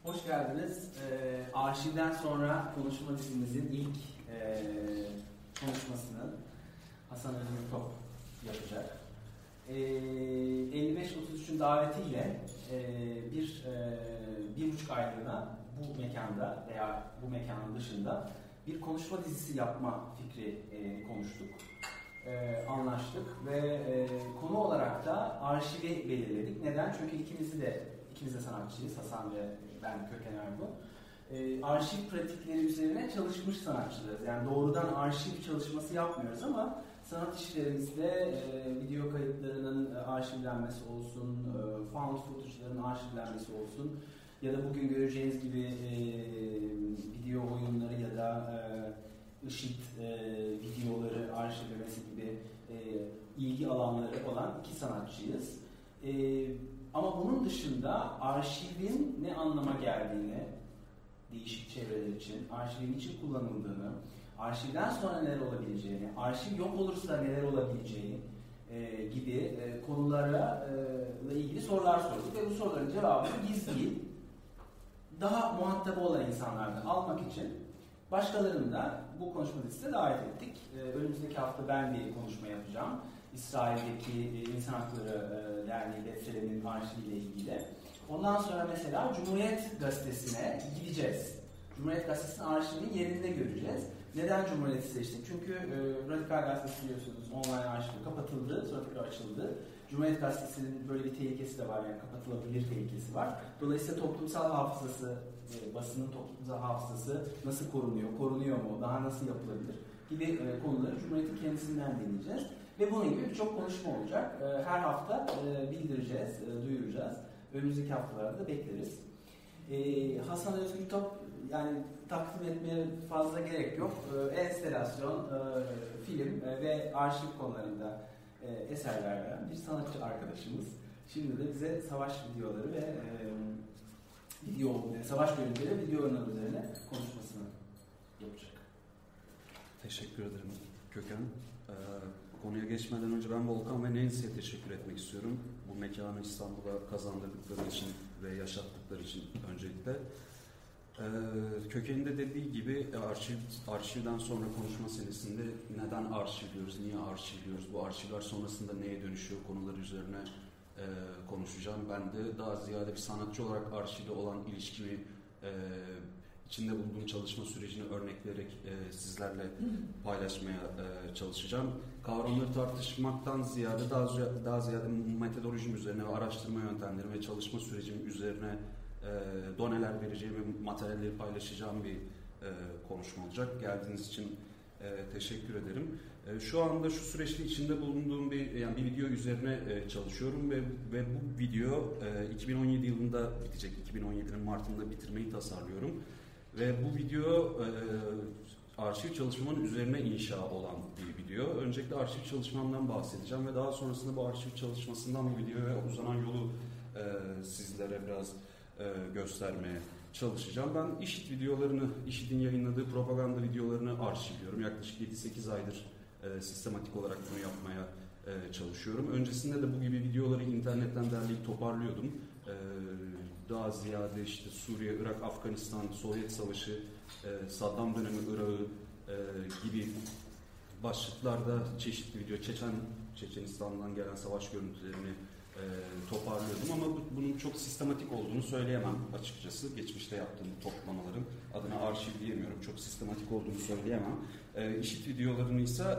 Hoş geldiniz. Arşivden sonra konuşma dizimizin ilk konuşmasını Hasan Özgür Top yapacak. 55-33'ün davetiyle bir buçuk aylığına bu mekanda veya bu mekanın dışında bir konuşma dizisi yapma fikri konuştuk. Anlaştık ve konu olarak da arşivi belirledik. Neden? Çünkü ikimiz de sanatçıyız. Hasan ve ben, Köken Ergun. Arşiv pratikleri üzerine çalışmış sanatçılarız. Yani doğrudan arşiv çalışması yapmıyoruz ama sanat işlerimizde video kayıtlarının arşivlenmesi olsun, found footage'ların arşivlenmesi olsun ya da bugün göreceğiniz gibi video oyunları ya da IŞİD videoları arşivlemesi gibi ilgi alanları olan iki sanatçıyız. Ama bunun dışında arşivin ne anlama geldiğini, değişik çevreler için, arşivin için kullanıldığını, arşivden sonra neler olabileceğini, arşiv yok olursa neler olabileceği gibi konularla ilgili sorular sorduk ve bu soruların cevabını biz değil, daha muhatabı olan insanlardan almak için başkalarını da bu konuşma dizisine davet ettik. Önümüzdeki hafta ben bir konuşma yapacağım. İsrail'deki İnsan Hakları Derneği Bethlelem'in arşiviyle ilgili. Ondan sonra mesela Cumhuriyet Gazetesi'ne gideceğiz. Cumhuriyet Gazetesi'nin arşivini yerinde göreceğiz. Neden Cumhuriyet'i seçtik? Çünkü Radikal Gazetesi biliyorsunuz online arşivi kapatıldı, sonra tekrar açıldı. Cumhuriyet Gazetesi'nin böyle bir tehlikesi de var, yani kapatılabilir tehlikesi var. Dolayısıyla toplumsal hafızası, basının toplumsal hafızası nasıl korunuyor mu, daha nasıl yapılabilir gibi konuları Cumhuriyet'in kendisinden deneyeceğiz. Ve bunun gibi birçok konuşma olacak. Her hafta bildireceğiz, duyuracağız. Önümüzdeki haftalarda da bekleriz. Hasan Özgür Top, yani takdim etmeye fazla gerek yok. Enstelasyon, film ve arşiv konularında eserler veren bir sanatçı arkadaşımız. Şimdi de bize savaş videoları ve savaş görüntüleri ve video oyunları üzerine konuşmasını yapacak. Teşekkür ederim Köken. Konuya geçmeden önce ben Volkan ve Nancy'ye teşekkür etmek istiyorum. Bu mekanı İstanbul'a kazandırdıkları için ve yaşattıkları için öncelikle. Köken'in de dediği gibi arşivden sonra konuşma serisinde neden arşivliyoruz, niye arşivliyoruz, bu arşivler sonrasında neye dönüşüyor konuları üzerine konuşacağım. Ben de daha ziyade bir sanatçı olarak arşivle olan ilişkimi, içinde bulunduğum çalışma sürecini örnekleyerek sizlerle paylaşmaya çalışacağım. Kavramları tartışmaktan ziyade daha ziyade metodolojim üzerine ve araştırma yöntemleri ve çalışma sürecim üzerine doneler vereceğim ve materyalleri paylaşacağım bir konuşma olacak. Geldiğiniz için teşekkür ederim. Şu anda şu süreçte içinde bulunduğum bir video üzerine çalışıyorum ve bu video 2017 yılında bitecek. 2017'nin Mart'ında bitirmeyi tasarlıyorum. Ve bu video arşiv çalışmamın üzerine inşa olan bir video. Öncelikle arşiv çalışmamdan bahsedeceğim ve daha sonrasında bu arşiv çalışmasından bu videoya uzanan yolu sizlere biraz göstermeye çalışacağım. Ben IŞİD'in yayınladığı propaganda videolarını arşivliyorum. Yaklaşık 7-8 aydır sistematik olarak bunu yapmaya çalışıyorum. Öncesinde de bu gibi videoları internetten derleyip toparlıyordum. Daha ziyade işte Suriye, Irak, Afganistan, Sovyet Savaşı, Saddam dönemi Irak'ı gibi başlıklarda çeşitli video, Çeçenistan'dan gelen savaş görüntülerini toparlıyordum ama bunun çok sistematik olduğunu söyleyemem açıkçası. Geçmişte yaptığım toplamaların adına arşiv diyemiyorum. Çok sistematik olduğunu söyleyemem. IŞİD videolarını ise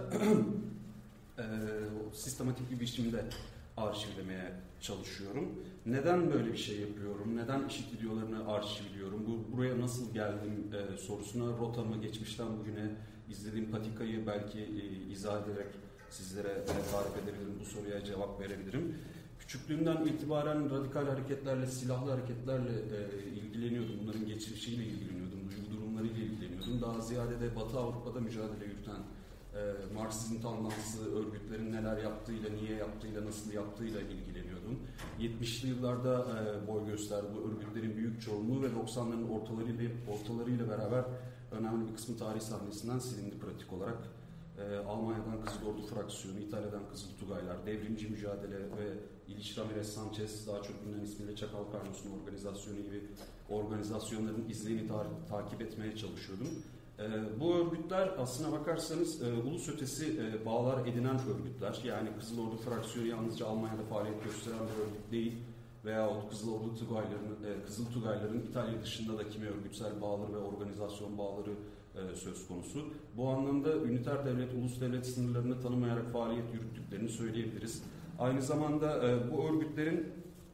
sistematik bir biçimde arşivlemeye çalışıyorum. Neden böyle bir şey yapıyorum? Neden IŞİD videolarını arşivliyorum? Buraya nasıl geldim sorusuna rotamı geçmişten bugüne izlediğim patikayı belki izah ederek sizlere tarif edebilirim. Bu soruya cevap verebilirim. Küçüklüğümden itibaren radikal hareketlerle, silahlı hareketlerle ilgileniyordum. Bunların geçmişiyle ilgileniyordum, duygu durumlarıyla ilgileniyordum. Daha ziyade de Batı Avrupa'da mücadele yürüten Marksizm tandanslı örgütlerin neler yaptığıyla, niye yaptığıyla, nasıl yaptığıyla ilgileniyordum. 70'li yıllarda boy gösterdi bu örgütlerin büyük çoğunluğu ve 90'ların ortalarıyla beraber önemli bir kısmı tarih sahnesinden silindi pratik olarak. Almanya'dan Kızıl Ordu Fraksiyonu, İtalya'dan Kızıl Tugaylar, devrimci mücadele ve İliç Ramirez Sanchez, daha çok bilinen ismiyle Çakal Karnos'un organizasyonu gibi organizasyonların izlerini takip etmeye çalışıyordum. Bu örgütler aslına bakarsanız ulus ötesi bağlar edinen örgütler. Yani Kızıl Ordu fraksiyonu yalnızca Almanya'da faaliyet gösteren bir örgüt değil veyahut Kızıl Tugayların İtalya dışında da kimi örgütsel bağları ve organizasyon bağları söz konusu. Bu anlamda üniter devlet, ulus devlet sınırlarını tanımayarak faaliyet yürüttüklerini söyleyebiliriz. Aynı zamanda bu örgütlerin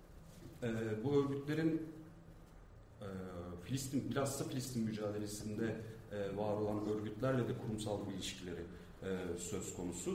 bilhassa Filistin mücadelesinde var olan örgütlerle de kurumsal bir ilişkileri söz konusu.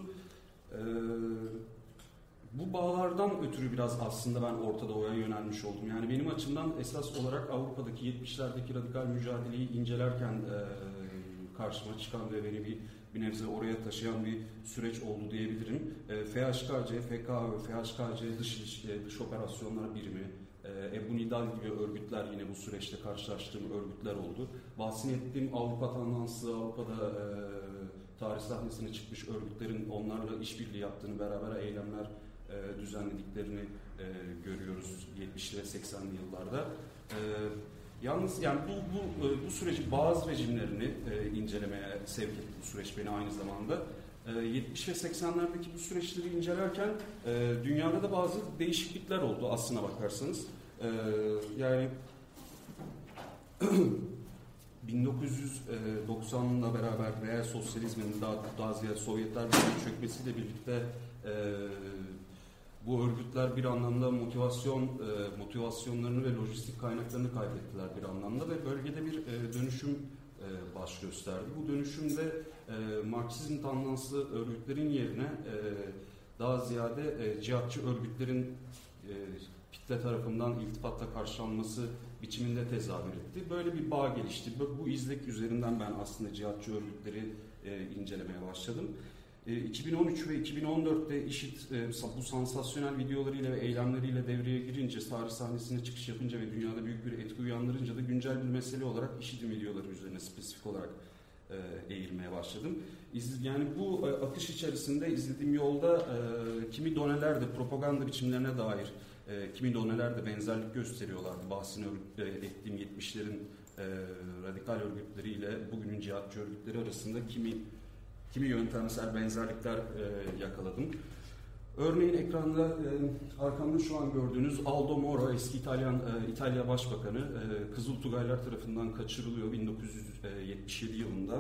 Bu bağlardan ötürü biraz aslında ben Orta Doğu'ya yönelmiş oldum. Yani benim açımdan esas olarak Avrupa'daki 70'lerdeki radikal mücadeleyi incelerken karşıma çıkan ve beni bir nebze oraya taşıyan bir süreç oldu diyebilirim. FHKC, FKÖ, FHKC dış operasyonlar birimi, Ebu Nidal gibi örgütler yine bu süreçte karşılaştığım örgütler oldu. Bahsettiğim Avrupa Tandanslı, Avrupa'da tarih sahnesine çıkmış örgütlerin onlarla işbirliği yaptığını, beraber eylemler düzenlediklerini görüyoruz 70'li ve 80'li yıllarda. Yalnız yani bu süreci bazı rejimlerini incelemeye sevk etti bu süreç beni aynı zamanda. 70 ve 80'lerdeki bu süreçleri incelerken dünyada da bazı değişiklikler oldu aslına bakarsanız. Yani 1990'la beraber reel sosyalizmin daha ziyade Sovyetler Birliği'nin çökmesiyle birlikte bu örgütler bir anlamda motivasyonlarını ve lojistik kaynaklarını kaybettiler bir anlamda ve bölgede bir dönüşüm baş gösterdi. Bu dönüşümde Marksizm tandanslı örgütlerin yerine daha ziyade cihatçı örgütlerin kitle tarafından iltifatla karşılanması biçiminde tezahür etti. Böyle bir bağ gelişti. Bu izlek üzerinden ben aslında cihatçı örgütleri incelemeye başladım. 2013 ve 2014'te IŞİD bu sansasyonel videolarıyla ve eylemleriyle devreye girince, tarih sahnesine çıkış yapınca ve dünyada büyük bir etki uyandırınca da güncel bir mesele olarak IŞİD'in videoları üzerine spesifik olarak eğilmeye başladım. Yani bu akış içerisinde izlediğim yolda kimi doneler de propaganda biçimlerine dair kimi doneler de benzerlik gösteriyorlardı. Bahsini ettiğim 70'lerin radikal örgütleriyle bugünün cihatçı örgütleri arasında kimi yöntemsel benzerlikler yakaladım. Örneğin ekranda arkamda şu an gördüğünüz Aldo Moro, eski İtalya Başbakanı, Kızıl Tugaylar tarafından kaçırılıyor 1977 yılında.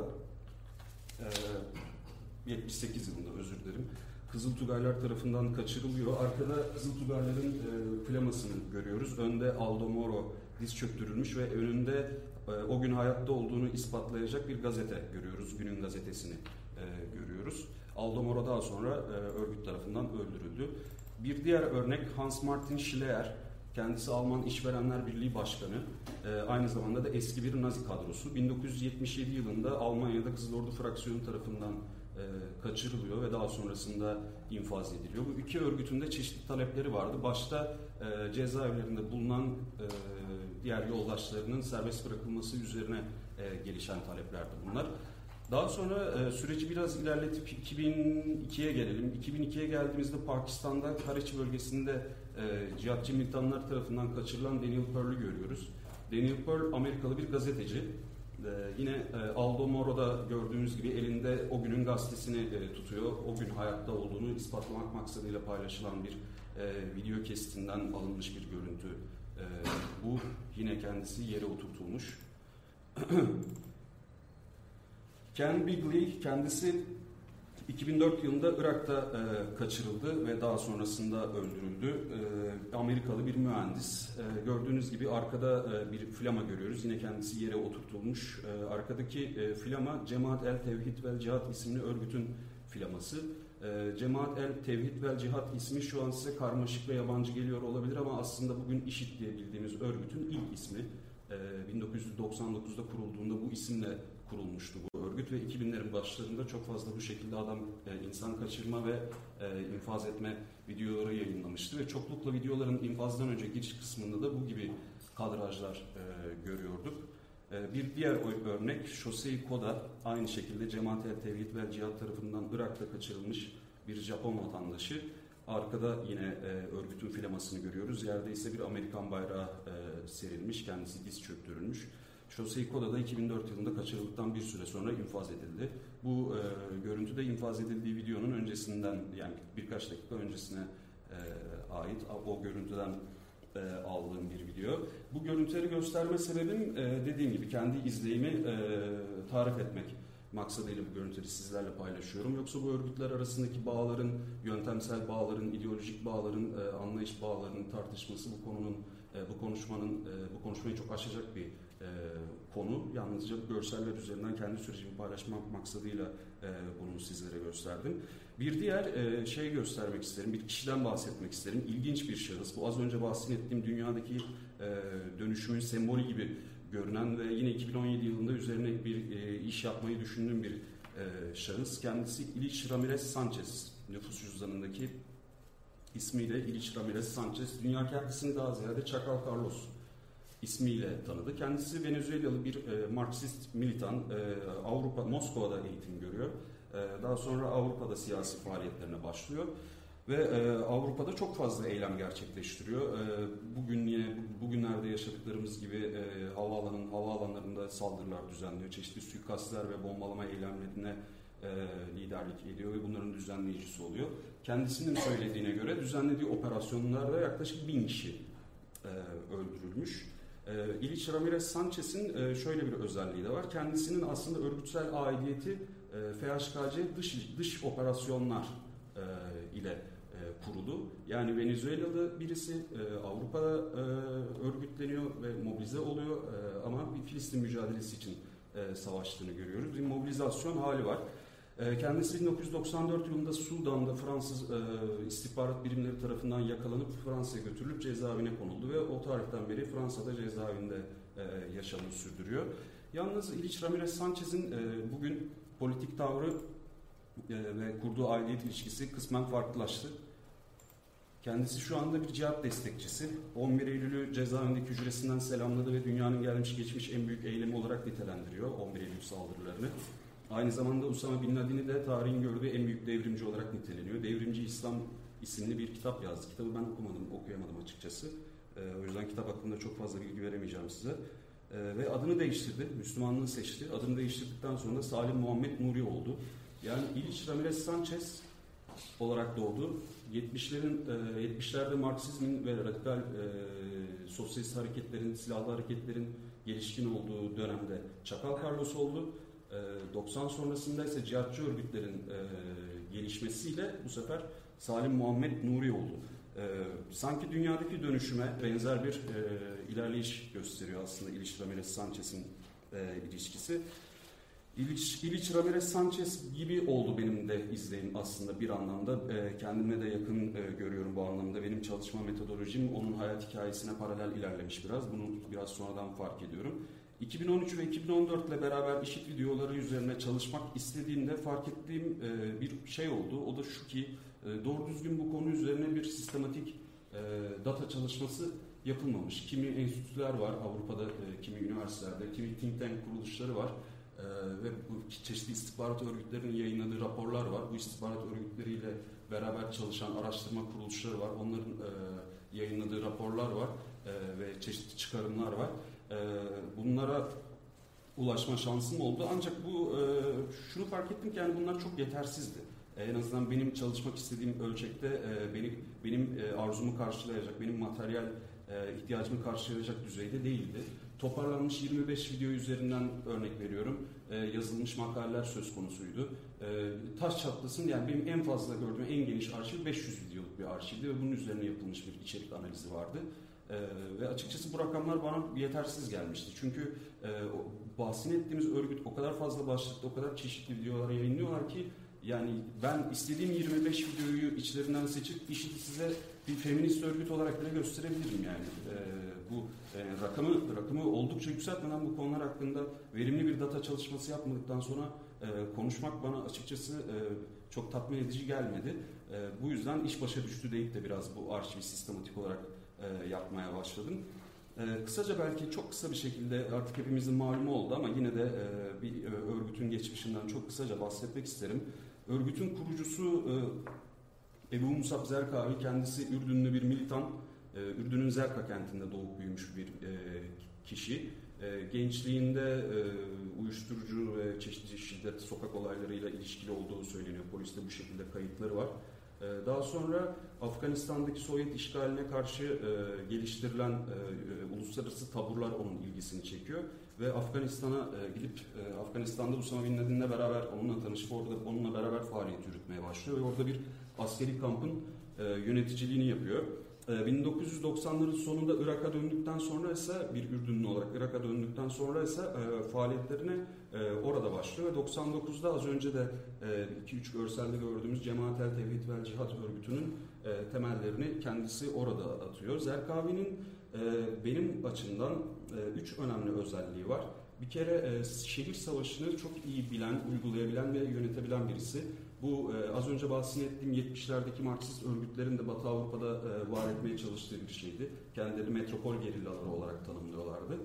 78 yılında özür dilerim. Kızıl Tugaylar tarafından kaçırılıyor. Arkada Kızıl Tugayların flamasını görüyoruz. Önde Aldo Moro diz çöktürülmüş ve önünde o gün hayatta olduğunu ispatlayacak bir gazete görüyoruz. Günün gazetesini görüyoruz. Aldo Moro daha sonra örgüt tarafından öldürüldü. Bir diğer örnek Hans Martin Schleyer. Kendisi Alman İşverenler Birliği Başkanı. Aynı zamanda da eski bir Nazi kadrosu. 1977 yılında Almanya'da Kızıl Ordu fraksiyonu tarafından kaçırılıyor ve daha sonrasında infaz ediliyor. Bu iki örgütün de çeşitli talepleri vardı. Başta cezaevlerinde bulunan diğer yoldaşlarının serbest bırakılması üzerine gelişen taleplerdi bunlar. Daha sonra süreci biraz ilerletip 2002'ye gelelim. 2002'ye geldiğimizde Pakistan'da Karachi bölgesinde cihatçı militanlar tarafından kaçırılan Daniel Pearl'ü görüyoruz. Daniel Pearl Amerikalı bir gazeteci. Yine Aldo Moro'da gördüğünüz gibi elinde o günün gazetesini tutuyor. O gün hayatta olduğunu ispatlamak maksadıyla paylaşılan bir video kesitinden alınmış bir görüntü. Bu yine kendisi yere oturtulmuş. Ken Bigley kendisi 2004 yılında Irak'ta kaçırıldı ve daha sonrasında öldürüldü. Amerikalı bir mühendis. Gördüğünüz gibi arkada bir flama görüyoruz. Yine kendisi yere oturtulmuş. Arkadaki flama Cemaat el Tevhid vel Cihat isimli örgütün flaması. Cemaat el Tevhid vel Cihat ismi şu an size karmaşık ve yabancı geliyor olabilir ama aslında bugün IŞİD diye bildiğimiz örgütün ilk ismi. 1999'da kurulduğunda bu isimle kurulmuştu bu örgüt ve 2000'lerin başlarında çok fazla bu şekilde insan kaçırma ve infaz etme videoları yayınlamıştı ve çoklukla videoların infazdan önce giriş kısmında da bu gibi kadrajlar görüyorduk. Bir diğer örnek Shosei Koda, aynı şekilde Cemaat el Tevhid vel Cihat tarafından Irak'ta kaçırılmış bir Japon vatandaşı. Arkada yine örgütün flamasını görüyoruz. Yerde ise bir Amerikan bayrağı serilmiş, kendisi diz çöktürülmüş. José Coda da 2004 yılında kaçırıldıktan bir süre sonra infaz edildi. Bu görüntü de infaz edildiği videonun öncesinden, yani birkaç dakika öncesine ait, o görüntüden aldığım bir video. Bu görüntüleri gösterme sebebim dediğim gibi kendi izleyimi tarif etmek maksadıyla bu görüntüleri sizlerle paylaşıyorum. Yoksa bu örgütler arasındaki bağların, yöntemsel bağların, ideolojik bağların, anlayış bağlarının tartışması bu konuşmayı çok aşacak bir konu. Yalnızca bu görseller üzerinden kendi sürecimi paylaşmak maksadıyla bunu sizlere gösterdim. Bir diğer şey göstermek isterim, bir kişiden bahsetmek isterim. İlginç bir şahıs. Bu az önce bahsettiğim dünyadaki dönüşümün sembolü gibi görünen ve yine 2017 yılında üzerine bir iş yapmayı düşündüğüm bir şahıs. Kendisi Ilich Ramirez Sanchez. Nüfus cüzdanındaki ismiyle Ilich Ramirez Sanchez. Dünya kendisini daha ziyade Çakal Carlos ismiyle tanıdı. Kendisi Venezuelalı bir Marksist militan. Moskova'da eğitim görüyor. Daha sonra Avrupa'da siyasi faaliyetlerine başlıyor. Ve Avrupa'da çok fazla eylem gerçekleştiriyor. Bugünlerde yaşadıklarımız gibi havaalanlarında saldırılar düzenliyor. Çeşitli suikastler ve bombalama eylemlerine liderlik ediyor ve bunların düzenleyicisi oluyor. Kendisinin söylediğine göre düzenlediği operasyonlarda yaklaşık 1000 kişi öldürülmüş. Ilich Ramirez Sanchez'in şöyle bir özelliği de var. Kendisinin aslında örgütsel aidiyeti FHKC dış operasyonlar ile kurulu. Yani Venezuelalı birisi Avrupa'da örgütleniyor ve mobilize oluyor ama bir Filistin mücadelesi için savaştığını görüyoruz. Bir mobilizasyon hali var. Kendisi 1994 yılında Sudan'da Fransız istihbarat birimleri tarafından yakalanıp Fransa'ya götürülüp cezaevine konuldu ve o tarihten beri Fransa'da cezaevinde yaşamını sürdürüyor. Yalnız Ilich Ramirez Sanchez'in bugün politik tavrı ve kurduğu aidiyet ilişkisi kısmen farklılaştı. Kendisi şu anda bir cihat destekçisi. 11 Eylül'ü cezaevindeki hücresinden selamladı ve dünyanın gelmiş geçmiş en büyük eylemi olarak nitelendiriyor 11 Eylül saldırılarını. Aynı zamanda Usama Bin Laden'i de tarihin gördüğü en büyük devrimci olarak niteleniyor. Devrimci İslam isimli bir kitap yazdı. Kitabı ben okuyamadım açıkçası. O yüzden kitap hakkında çok fazla bilgi veremeyeceğim size. Ve adını değiştirdi, Müslümanlığı seçti. Adını değiştirdikten sonra da Salim Muhammed Nuri oldu. Yani Ilich Ramirez Sanchez olarak doğdu. 70'lerde Marksizmin ve radikal sosyalist hareketlerin, silahlı hareketlerin gelişkin olduğu dönemde Çakal Carlos oldu. 90 sonrasında ise cihatçı örgütlerin gelişmesiyle bu sefer Salim Muhammed Nuri oldu. Sanki dünyadaki dönüşüme benzer bir ilerleyiş gösteriyor aslında Ilich Ramirez Sanchez'in ilişkisi. Ilich Ramirez Sanchez gibi oldu benim de izleyim aslında bir anlamda. Kendime de yakın görüyorum bu anlamda. Benim çalışma metodolojim onun hayat hikayesine paralel ilerlemiş biraz. Bunu biraz sonradan fark ediyorum. 2013 ve 2014 ile beraber işit videoları üzerine çalışmak istediğimde fark ettiğim bir şey oldu. O da şu ki doğru düzgün bu konu üzerine bir sistematik data çalışması yapılmamış. Kimi enstitüler var Avrupa'da, kimi üniversitelerde, kimi think tank kuruluşları var. Ve bu çeşitli istihbarat örgütlerinin yayınladığı raporlar var. Bu istihbarat örgütleriyle beraber çalışan araştırma kuruluşları var. Onların yayınladığı raporlar var ve çeşitli çıkarımlar var. Bunlara ulaşma şansım oldu. Ancak şunu fark ettim ki yani bunlar çok yetersizdi. En azından benim çalışmak istediğim ölçekte benim arzumu karşılayacak, benim materyal ihtiyacımı karşılayacak düzeyde değildi. Toparlanmış 25 video üzerinden örnek veriyorum. Yazılmış makaleler söz konusuydu. Taş çatlasın yani benim en fazla gördüğüm en geniş arşiv 500 videoluk bir arşivdi ve bunun üzerine yapılmış bir içerik analizi vardı. Ve açıkçası bu rakamlar bana yetersiz gelmişti. Çünkü bahsini ettiğimiz örgüt o kadar fazla başlıkta, o kadar çeşitli videolar yayınlıyorlar ki yani ben istediğim 25 videoyu içlerinden seçip IŞİD'i size bir feminist örgüt olarak bile gösterebilirim yani. Bu rakamı oldukça yükseltmeden bu konular hakkında verimli bir data çalışması yapmadıktan sonra konuşmak bana açıkçası çok tatmin edici gelmedi. Bu yüzden iş başa düştü deyip de biraz bu arşivi sistematik olarak yapmaya başladım. Kısaca belki çok kısa bir şekilde artık hepimizin malumu oldu ama yine de bir örgütün geçmişinden çok kısaca bahsetmek isterim. Örgütün kurucusu Ebu Musab Zerkavi kendisi Ürdünlü bir militan, Ürdün'ün Zerka kentinde doğup büyümüş bir kişi. Gençliğinde uyuşturucu ve çeşitli şiddet, sokak olaylarıyla ilişkili olduğu söyleniyor. Poliste bu şekilde kayıtları var. Daha sonra Afganistan'daki Sovyet işgaline karşı geliştirilen uluslararası taburlar onun ilgisini çekiyor. Ve Afganistan'a gidip Afganistan'da Usama Bin Laden'le beraber onunla tanışıp orada onunla beraber faaliyet yürütmeye başlıyor. Ve orada bir askeri kampın yöneticiliğini yapıyor. 1990'ların sonunda Irak'a döndükten sonra ise bir Ürdünlü olarak Irak'a döndükten sonra ise faaliyetlerine orada başlıyor ve 99'da az önce de 2-3 görselde gördüğümüz Cemaat-el Tevhid vel Cihad örgütünün temellerini kendisi orada atıyor. Zerkavi'nin benim açımdan 3 önemli özelliği var. Bir kere şehir savaşını çok iyi bilen, uygulayabilen ve yönetebilen birisi. Bu az önce bahsettiğim 70'lerdeki Marksist örgütlerin de Batı Avrupa'da var etmeye çalıştığı bir şeydi. Kendileri metropol gerillaları olarak tanımlıyorlardı.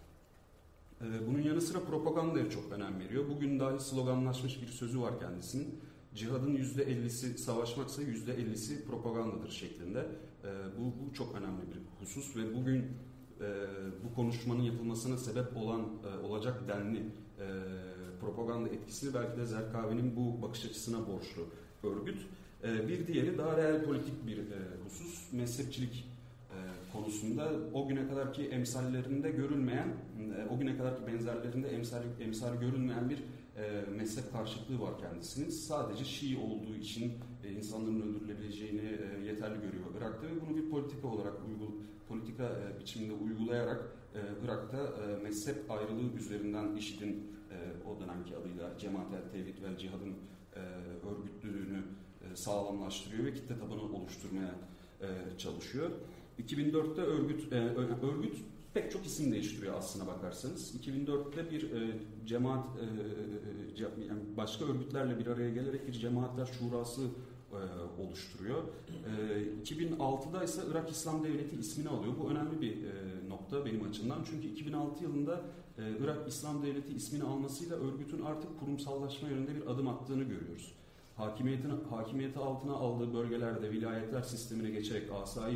Bunun yanı sıra propagandaya çok önem veriyor. Bugün dahi sloganlaşmış bir sözü var kendisinin. Cihadın %50'si savaşmaksa %50'si propagandadır şeklinde. Bu çok önemli bir husus ve bugün bu konuşmanın yapılmasına sebep olacak denli propaganda etkisini belki de Zerkavi'nin bu bakış açısına borçlu örgüt. Bir diğeri daha reel politik bir husus, mezhepçilik konusunda o güne kadarki emsallerinde görülmeyen, o güne kadarki benzerlerinde emsal görülmeyen bir mezhep karşıtlığı var kendisinin. Sadece Şii olduğu için insanların öldürülebileceğini yeterli görüyor Irak'ta ve bunu bir politika olarak politika biçiminde uygulayarak Irak'ta mezhep ayrılığı üzerinden IŞİD'in o dönemki adıyla Cemaat-el Tevhid vel Cihad'ın örgütlülüğünü sağlamlaştırıyor ve kitle tabanı oluşturmaya çalışıyor. 2004'te örgüt pek çok isim değiştiriyor aslına bakarsanız. 2004'te bir cemaat, yani başka örgütlerle bir araya gelerek bir cemaatler şurası oluşturuyor. 2006'da ise Irak İslam Devleti ismini alıyor. Bu önemli bir nokta benim açımdan. Çünkü 2006 yılında Irak İslam Devleti ismini almasıyla örgütün artık kurumsallaşma yönünde bir adım attığını görüyoruz. Hakimiyeti altına aldığı bölgelerde vilayetler sistemine geçerek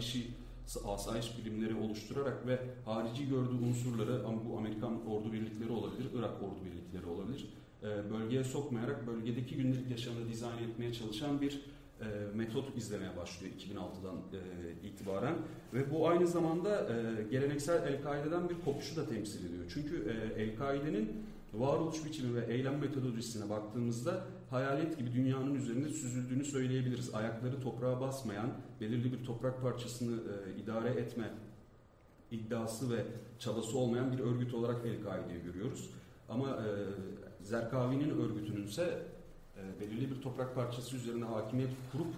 asayiş birimleri oluşturarak ve harici gördüğü unsurları, ama bu Amerikan ordu birlikleri olabilir, Irak ordu birlikleri olabilir, bölgeye sokmayarak bölgedeki günlük yaşamını dizayn etmeye çalışan bir metot izlemeye başlıyor 2006'dan itibaren ve bu aynı zamanda geleneksel El-Kaide'den bir kopuşu da temsil ediyor. Çünkü El-Kaide'nin varoluş biçimi ve eylem metodolojisine baktığımızda hayalet gibi dünyanın üzerinde süzüldüğünü söyleyebiliriz. Ayakları toprağa basmayan, belirli bir toprak parçasını idare etme iddiası ve çabası olmayan bir örgüt olarak El-Kaide'yi görüyoruz. Ama Zerkavi'nin örgütünün ise belirli bir toprak parçası üzerine hakimiyet kurup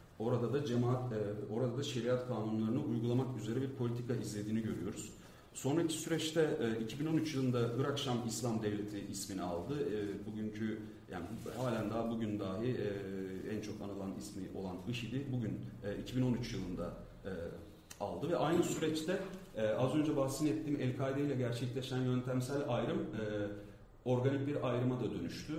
orada da şeriat kanunlarını uygulamak üzere bir politika izlediğini görüyoruz. Sonraki süreçte 2013 yılında Irak Şam İslam Devleti ismini aldı. Bugünkü, yani halen daha bugün dahi en çok anılan ismi olan IŞİD'i bugün 2013 yılında aldı ve aynı süreçte az önce bahsettiğim El-Kaide ile gerçekleşen yöntemsel ayrım organik bir ayrıma da dönüştü.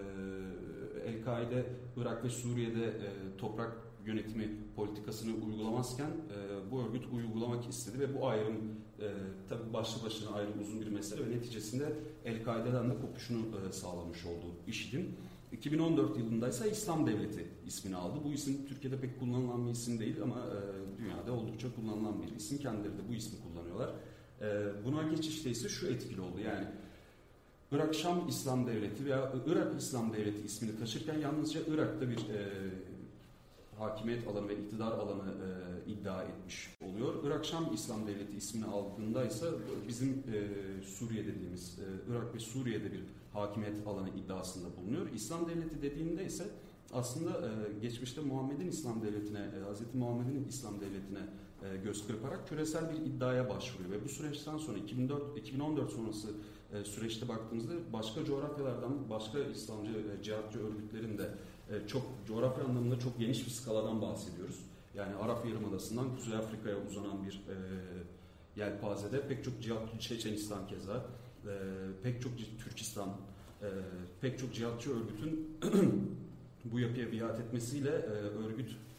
El-Kaide Irak ve Suriye'de toprak yönetimi politikasını uygulamazken bu örgüt uygulamak istedi ve bu ayrım tabii başlı başına ayrı uzun bir mesele ve neticesinde El-Kaide'den de kopuşunu sağlamış oldu IŞİD'in. 2014 yılında ise İslam Devleti ismini aldı. Bu isim Türkiye'de pek kullanılan bir isim değil ama dünyada oldukça kullanılan bir isim. Kendileri de bu ismi kullanıyorlar. Buna geçişte ise şu etkili oldu. Yani Irak Şam İslam Devleti veya Irak İslam Devleti ismini taşırken yalnızca Irak'ta bir hakimiyet alanı ve iktidar alanı iddia etmiş oluyor. Irak Şam İslam Devleti ismini aldığında ise bizim Suriye dediğimiz Irak ve Suriye'de bir hakimiyet alanı iddiasında bulunuyor. İslam Devleti dediğinde ise aslında geçmişte Muhammed'in İslam Devleti'ne, Hz. Muhammed'in İslam Devleti'ne göz kırparak küresel bir iddiaya başvuruyor ve bu süreçten sonra 2014 sonrası süreçte baktığımızda başka coğrafyalardan, başka İslamcı ve cihatçı örgütlerin de çok coğrafya anlamında çok geniş bir skaladan bahsediyoruz. Yani Arap Yarımadası'ndan Kuzey Afrika'ya uzanan bir yelpazede pek çok cihatçı, Çeçenistan keza, pek çok Türkistan, pek çok cihatçı örgütün bu yapıya biat etmesiyle örgüt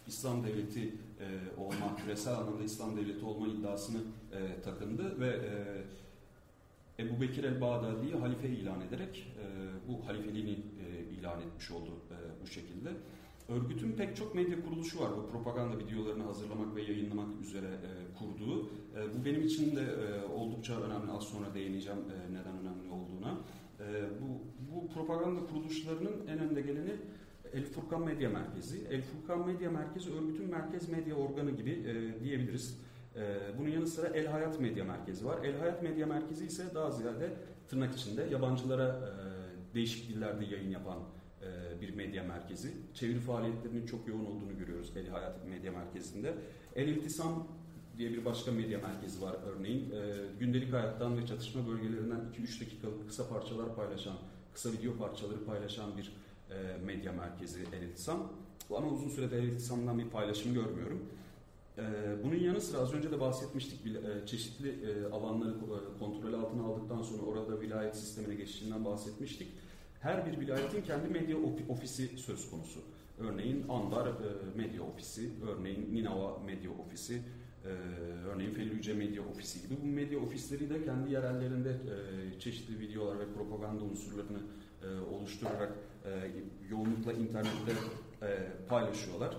İslam devleti olma, küresel anlamda İslam devleti olma iddiasını takındı ve Ebu Bekir el-Bağdadi'yi halife ilan ederek bu halifeliğini ilan etmiş oldu bu şekilde. Örgütün pek çok medya kuruluşu var. Bu propaganda videolarını hazırlamak ve yayınlamak üzere kurduğu. Bu benim için de oldukça önemli. Az sonra değineceğim neden önemli olduğuna. Bu propaganda kuruluşlarının en önde geleni El Furkan Medya Merkezi. El Furkan Medya Merkezi örgütün merkez medya organı gibi diyebiliriz. Bunun yanı sıra El Hayat Medya Merkezi var. El Hayat Medya Merkezi ise daha ziyade tırnak içinde yabancılara değişik dillerde yayın yapan bir medya merkezi. Çeviri faaliyetlerinin çok yoğun olduğunu görüyoruz El Hayat Medya Merkezi'nde. El İltisam diye bir başka medya merkezi var örneğin. Gündelik hayattan ve çatışma bölgelerinden 2-3 dakikalık kısa parçalar paylaşan, kısa video parçaları paylaşan bir medya merkezi El İltisam. Ama uzun süredir El İltisam'dan bir paylaşım görmüyorum. Bunun yanı sıra az önce de bahsetmiştik, çeşitli alanları kontrol altına aldıktan sonra orada vilayet sistemine geçişinden bahsetmiştik. Her bir vilayetin kendi medya ofisi söz konusu. Örneğin Andar Medya Ofisi, örneğin Ninava Medya Ofisi, örneğin Fellüce Medya Ofisi gibi. Bu medya ofisleri de kendi yerellerinde çeşitli videolar ve propaganda unsurlarını oluşturarak yoğunlukla internette paylaşıyorlar.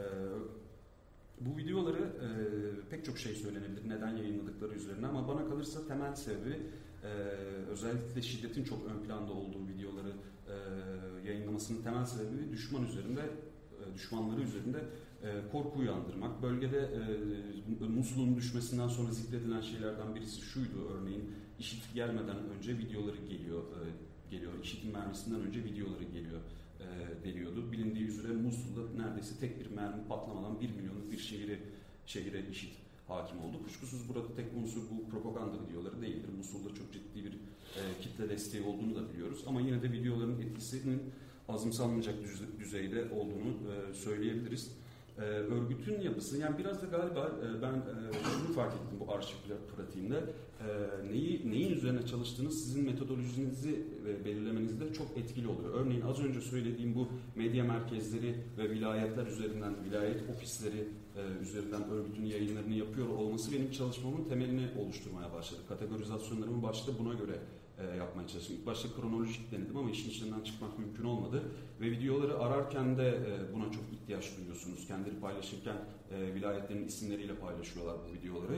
Bu videoları pek çok şey söylenebilir neden yayınladıkları üzerine ama bana kalırsa temel sebebi özellikle şiddetin çok ön planda olduğu videoları yayınlamasının temel sebebi düşmanları üzerinde korku uyandırmak. Bölgede Musul'un düşmesinden sonra zikredilen şeylerden birisi şuydu örneğin IŞİD gelmeden önce videoları geliyor. IŞİD'in mermisinden önce videoları deniyordu. Bilindiği üzere Musul'da neredeyse tek bir mermi patlamadan 1 milyonluk bir şehire IŞİD hakim oldu. Kuşkusuz burada tek unsur bu propaganda videoları değildir. Musul'da çok ciddi bir kitle desteği olduğunu da biliyoruz. Ama yine de videoların etkisinin azımsanmayacak düzeyde olduğunu söyleyebiliriz. Örgütün yapısı, yani biraz da galiba ben şunu fark ettim bu arşiv pratiğinde. Neyin üzerine çalıştığınız sizin metodolojinizi belirlemenizde çok etkili oluyor. Örneğin az önce söylediğim bu medya merkezleri ve vilayetler üzerinden, vilayet ofisleri üzerinden örgütün yayınlarını yapıyor olması benim çalışmamın temelini oluşturmaya başladı. Kategorizasyonlarımı başta buna göre yapmaya çalıştım. İlk başta kronolojik denedim ama işin içinden çıkmak mümkün olmadı. Ve videoları ararken de buna çok ihtiyaç duyuyorsunuz. Kendileri paylaşırken vilayetlerin isimleriyle paylaşıyorlar bu videoları.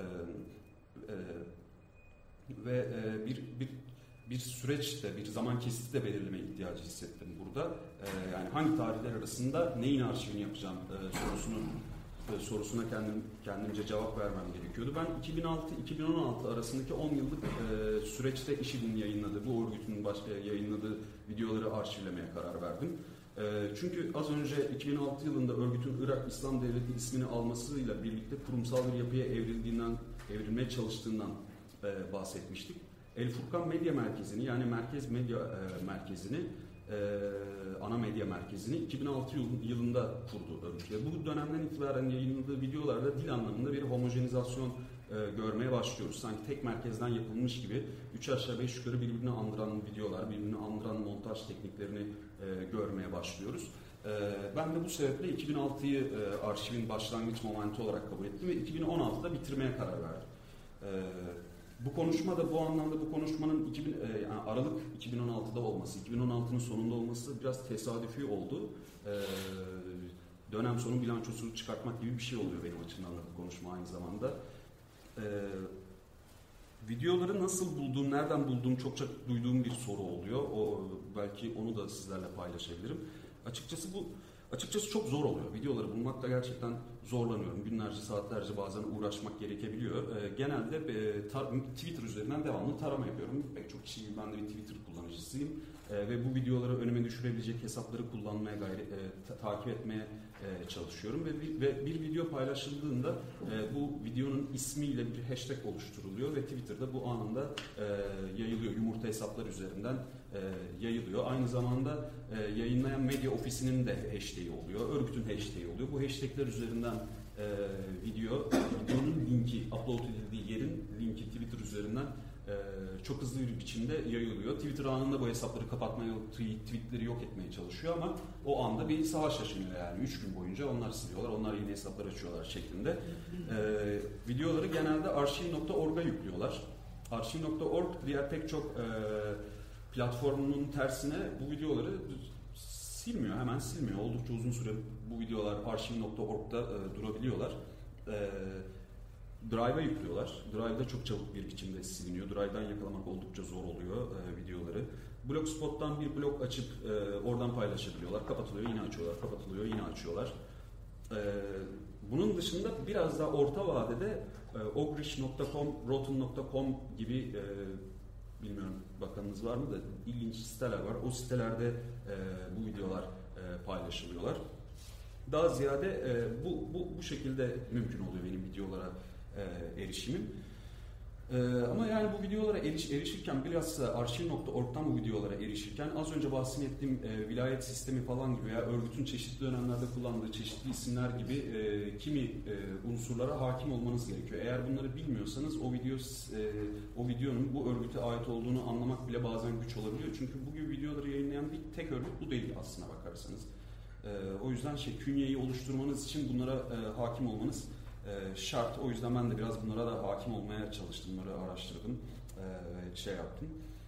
Ve bir süreçte, bir zaman kesiti de belirleme ihtiyacı hissettim burada. Yani hangi tarihler arasında neyin arşivini yapacağım sorusuna kendimce cevap vermem gerekiyordu. Ben 2006-2016 arasındaki 10 yıllık süreçte IŞİD'in yayınladığı, bu örgütün yayınladığı videoları arşivlemeye karar verdim. Çünkü az önce 2006 yılında örgütün Irak İslam Devleti ismini almasıyla birlikte kurumsal bir yapıya evrilmeye çalıştığından bahsetmiştik. El Furkan Medya Merkezi'ni, yani Merkez Medya Merkezi'ni, ana medya merkezini 2006 yılında kurdu örgüt. Bu dönemden itibaren yayınladığı videolarda dil anlamında bir homojenizasyon görmeye başlıyoruz. Sanki tek merkezden yapılmış gibi 3 aşağı 5 yukarı birbirini andıran videolar, birbirini andıran montaj tekniklerini görmeye başlıyoruz. Ben de bu sebeple 2006'yı arşivin başlangıç momenti olarak kabul ettim ve 2016'da bitirmeye karar verdim. Bu konuşma da bu anlamda bu konuşmanın yani Aralık 2016'da olması, 2016'nın sonunda olması biraz tesadüfi oldu. Dönem sonu bilançosu çıkartmak gibi bir şey oluyor benim açımdan da bu konuşma aynı zamanda. Videoları nasıl bulduğum, nereden bulduğum çokça duyduğum bir soru oluyor. Belki onu da sizlerle paylaşabilirim. Açıkçası çok zor oluyor. Videoları bulmakta gerçekten zorlanıyorum. Günlerce, saatlerce bazen uğraşmak gerekebiliyor. Genelde Twitter üzerinden devamlı tarama yapıyorum. Pek çok kişi gibi ben de bir Twitter kullanıcısıyım. Ve bu videoları önüme düşürebilecek hesapları kullanmaya takip etmeye çalışıyorum. Ve bir video paylaşıldığında bu videonun ismiyle bir hashtag oluşturuluyor ve Twitter'da bu anında yayılıyor. Yumurta hesaplar üzerinden yayılıyor. Aynı zamanda yayınlayan medya ofisinin de hashtag'i oluyor. Örgütün hashtag'i oluyor. Bu hashtag'ler üzerinden videonun linki, upload edildiği yerin linki Twitter üzerinden çok hızlı bir biçimde yayılıyor. Twitter anında bu hesapları kapatmaya, tweetleri yok etmeye çalışıyor ama o anda bir savaş yaşanıyor yani. 3 gün boyunca onlar siliyorlar, onlar yeni hesaplar açıyorlar şeklinde. Videoları genelde arşiv.org'a yüklüyorlar. Arşiv.org diğer pek çok platformunun tersine bu videoları silmiyor, hemen silmiyor. Oldukça uzun süre bu videolar arşiv.org'da durabiliyorlar. Drive'a yüklüyorlar. Drive'da çok çabuk bir biçimde siliniyor. Drive'dan yakalamak oldukça zor oluyor videoları. Blogspot'tan bir blog açıp oradan paylaşabiliyorlar. Kapatılıyor, yine açıyorlar. Kapatılıyor, yine açıyorlar. Bunun dışında biraz daha orta vadede ogrish.com, rotten.com gibi bilmiyorum bakanınız var mı da ilginç siteler var. O sitelerde bu videolar paylaşılıyorlar. Daha ziyade bu şekilde mümkün oluyor benim videolara erişimim. Ama yani bu videolara erişirken bilhassa arşiv.org'dan bu videolara erişirken az önce bahsettiğim vilayet sistemi falan gibi veya örgütün çeşitli dönemlerde kullandığı çeşitli isimler gibi kimi unsurlara hakim olmanız gerekiyor. Eğer bunları bilmiyorsanız o videonun bu örgüte ait olduğunu anlamak bile bazen güç olabiliyor. Çünkü bu gibi videoları yayınlayan bir tek örgüt bu değil aslına bakarsanız. O yüzden künyeyi oluşturmanız için bunlara hakim olmanız şart. O yüzden ben de biraz bunlara da hakim olmaya çalıştım. Bunları araştırdım ve yaptım.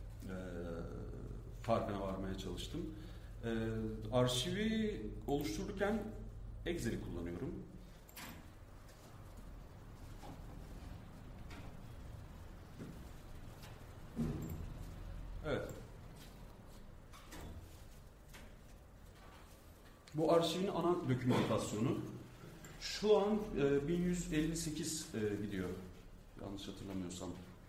Farkına varmaya çalıştım. Arşivi oluştururken Excel'i kullanıyorum. Evet. Bu arşivin ana dokümantasyonu. Şu an 1158 video, yanlış hatırlamıyorsam.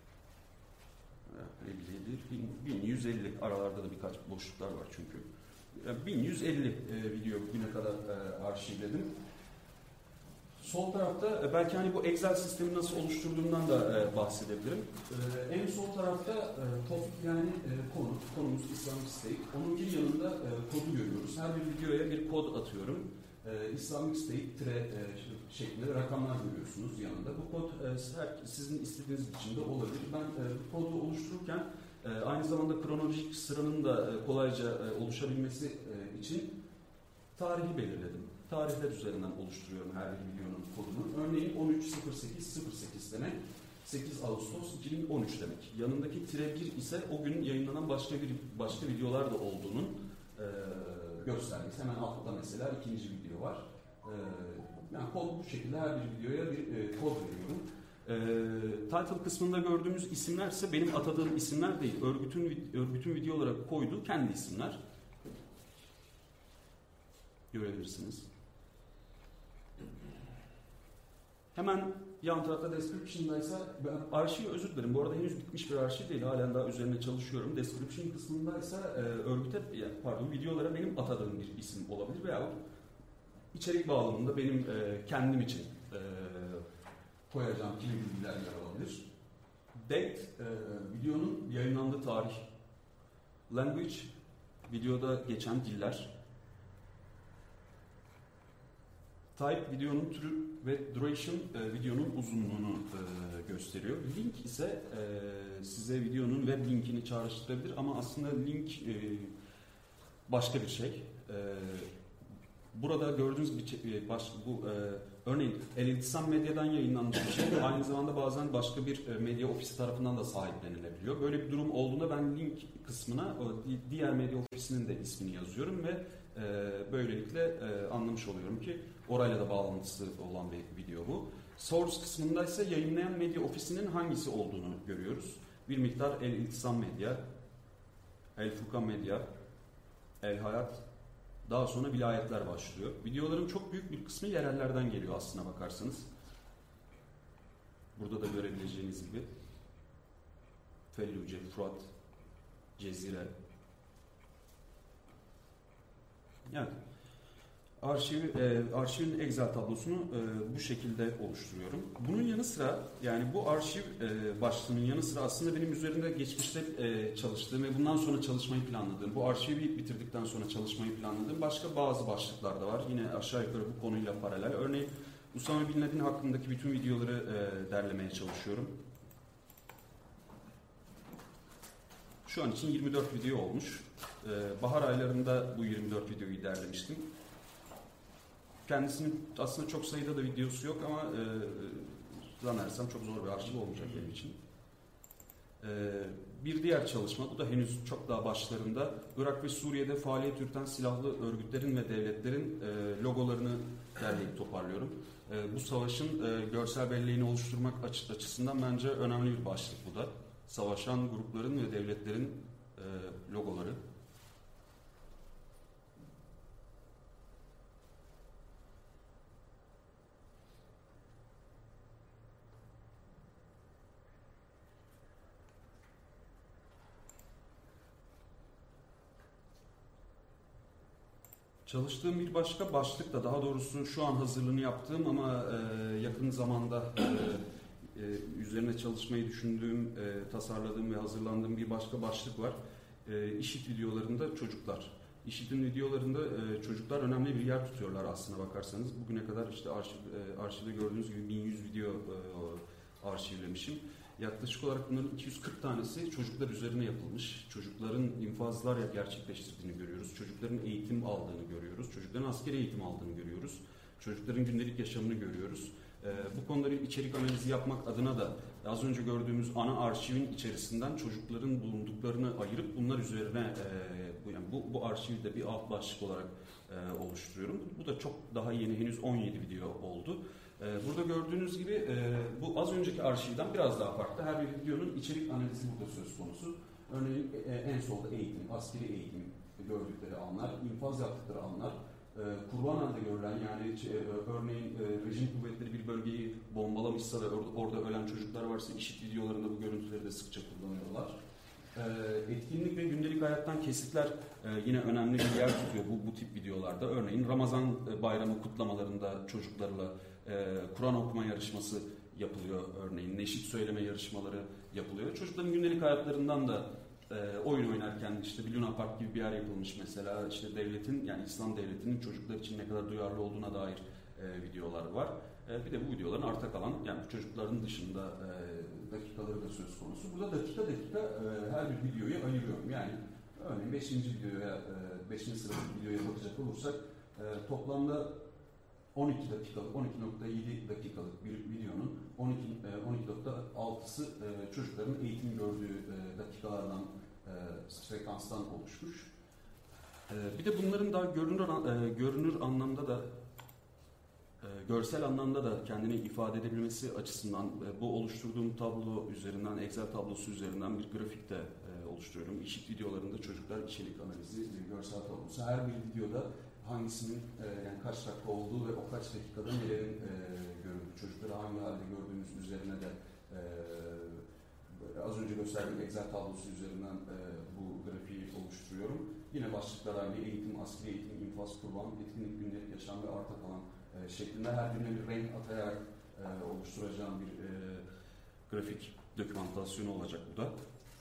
1150, aralarda da birkaç boşluklar var çünkü. 1150 video bugüne kadar arşivledim. Sol tarafta belki hani bu Excel sistemi nasıl oluşturduğumdan da bahsedebilirim. En sol tarafta topic yani konumuz Islamic State. Onun bir yanında kodu görüyoruz. Her bir videoya bir kod atıyorum. Islamic State şeklinde rakamlar görüyorsunuz yanında. Bu kod sizin istediğiniz biçimde olabilir. Ben bu kodu oluştururken aynı zamanda kronolojik sıranın da kolayca oluşabilmesi için tarihi belirledim. Tarihler üzerinden oluşturuyorum her bir videonun kodunu. Örneğin 13.08.08 demek 8 Ağustos 2013 demek. Yanındaki tire 1 ise o gün yayınlanan başka videolar da olduğunun göstergesi. Hemen altta mesela ikinci video var. Yani kod bu şekilde her bir videoya bir kod veriyorum. Title kısmında gördüğümüz isimler ise benim atadığım isimler değil. Örgütün videolara koyduğu kendi isimler. Görebilirsiniz. Örneğin yan tarafta description'daysa arşiv özür dilerim. Bu arada henüz bitmiş bir arşiv değil. Halen daha üzerine çalışıyorum. Description kısmındaysa videolara benim atadığım bir isim olabilir veya içerik bağlamında benim kendim için koyacağım kimi bilgiler yer alabilir. Date, videonun yayınlandığı tarih. Language, videoda geçen diller. Type, videonun türü ve duration, videonun uzunluğunu gösteriyor. Link ise size videonun web linkini çağrıştırabilir ama aslında link başka bir şey. Burada gördüğünüz örneğin El-İltisam Medya'dan yayınlanmış bir şey. Aynı zamanda bazen başka bir medya ofisi tarafından da sahiplenilebiliyor. Böyle bir durum olduğunda ben link kısmına diğer medya ofisinin de ismini yazıyorum ve böylelikle anlamış oluyorum ki orayla da bağlantısı olan bir video bu. Source kısmında ise yayınlayan medya ofisinin hangisi olduğunu görüyoruz. Bir miktar El-İltisam Medya, El-Furkan Medya, El-Hayat, daha sonra vilayetler başlıyor. Videoların çok büyük bir kısmı yerellerden geliyor aslına bakarsanız. Burada da görebileceğiniz gibi Felluce, Fırat, Cezire. Evet. Arşivin Excel tablosunu bu şekilde oluşturuyorum. Bunun yanı sıra yani bu arşiv başlığının yanı sıra aslında benim üzerinde geçmişte çalıştığım ve bundan sonra çalışmayı planladığım, bu arşivi bitirdikten sonra çalışmayı planladığım başka bazı başlıklar da var. Yine aşağı yukarı bu konuyla paralel. Örneğin Usame Bin Laden hakkındaki bütün videoları derlemeye çalışıyorum. Şu an için 24 video olmuş. Bahar aylarında bu 24 videoyu derlemiştim. Kendisinin aslında çok sayıda da videosu yok ama zannedersem çok zor bir arşiv olmayacak benim için. Bir diğer çalışma, bu da henüz çok daha başlarında, Irak ve Suriye'de faaliyet yürüten silahlı örgütlerin ve devletlerin logolarını derleyip toparlıyorum. Bu savaşın görsel belleğini oluşturmak açısından bence önemli bir başlık bu da. Savaşan grupların ve devletlerin logoları. Çalıştığım bir başka başlık da, daha doğrusu şu an hazırlığını yaptığım ama yakın zamanda üzerine çalışmayı düşündüğüm, tasarladığım ve hazırlandığım bir başka başlık var. IŞİD videolarında çocuklar. IŞİD'in videolarında çocuklar önemli bir yer tutuyorlar aslına bakarsanız. Bugüne kadar işte arşivde gördüğünüz gibi 1100 video arşivlemişim. Yaklaşık olarak bunların 240 tanesi çocuklar üzerine yapılmış. Çocukların infazlar gerçekleştirdiğini görüyoruz. Çocukların eğitim aldığını görüyoruz. Çocukların askeri eğitim aldığını görüyoruz. Çocukların gündelik yaşamını görüyoruz. Bu konuları içerik analizi yapmak adına da az önce gördüğümüz ana arşivin içerisinden çocukların bulunduklarını ayırıp bunlar üzerine bu arşivi de bir alt başlık olarak oluşturuyorum. Bu da çok daha yeni, henüz 17 video oldu. Burada gördüğünüz gibi bu az önceki arşivden biraz daha farklı. Her bir videonun içerik analizi burada söz konusu. Örneğin en solda eğitim, askeri eğitim gördükleri anlar, infaz yaptıkları anlar, kurban halde görülen, yani örneğin rejim kuvvetleri bir bölgeyi bombalamışsa ve orada ölen çocuklar varsa IŞİD videolarında bu görüntüleri de sıkça kullanıyorlar. Etkinlik ve gündelik hayattan kesitler yine önemli bir yer tutuyor bu tip videolarda. Örneğin Ramazan bayramı kutlamalarında çocuklarla Kur'an okuma yarışması yapılıyor örneğin. Neşit söyleme yarışmaları yapılıyor. Çocukların gündelik hayatlarından da oyun oynarken işte bir Luna Park gibi bir yer yapılmış mesela. İşte devletin, yani İslam devletinin çocuklar için ne kadar duyarlı olduğuna dair videolar var. Bir de bu videoların arta kalan, yani bu çocukların dışında dakikaları da söz konusu. Burada dakika her bir videoyu ayırıyorum. Yani örneğin 5. videoya, 5. sıradaki videoya bakacak olursak toplamda 12 dakikalık, 12.7 dakikalık bir videonun 12.6'sı çocukların eğitim gördüğü dakikalardan, frekanstan oluşmuş. Bir de bunların daha görünür anlamda da, görsel anlamda da kendini ifade edebilmesi açısından bu oluşturduğum tablo üzerinden, Excel tablosu üzerinden bir grafik de oluşturuyorum. IŞİD videolarında çocuklar içerik analizi, görsel tablosu. Her bir videoda hangisinin yani kaç dakika olduğu ve o kaç dakikada nelerin görüldüğü, çocukları hangi halde gördüğümüz üzerine de az önce gösterdiğim Excel tablosu üzerinden bu grafiği oluşturuyorum. Yine başlıklar aynı: eğitim, askeri eğitim, infaz, kurban, etkinlik, gündelik yaşam ve arta kalan şeklinde her birine bir renk atayarak oluşturacağım bir grafik dokümantasyonu olacak bu da.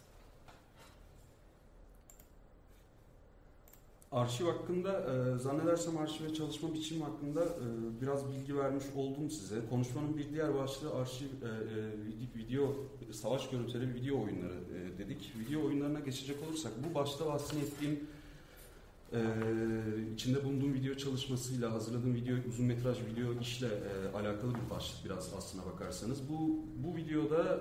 Arşiv hakkında, zannedersem arşive çalışma biçimi hakkında biraz bilgi vermiş oldum size. Konuşmanın bir diğer başlığı arşiv, video, savaş görüntüleri, video oyunları dedik. Video oyunlarına geçecek olursak, bu başta bahsettiğim içinde bulunduğum video çalışmasıyla hazırladığım uzun metraj video işle alakalı bir başlık biraz aslına bakarsanız. Bu videoda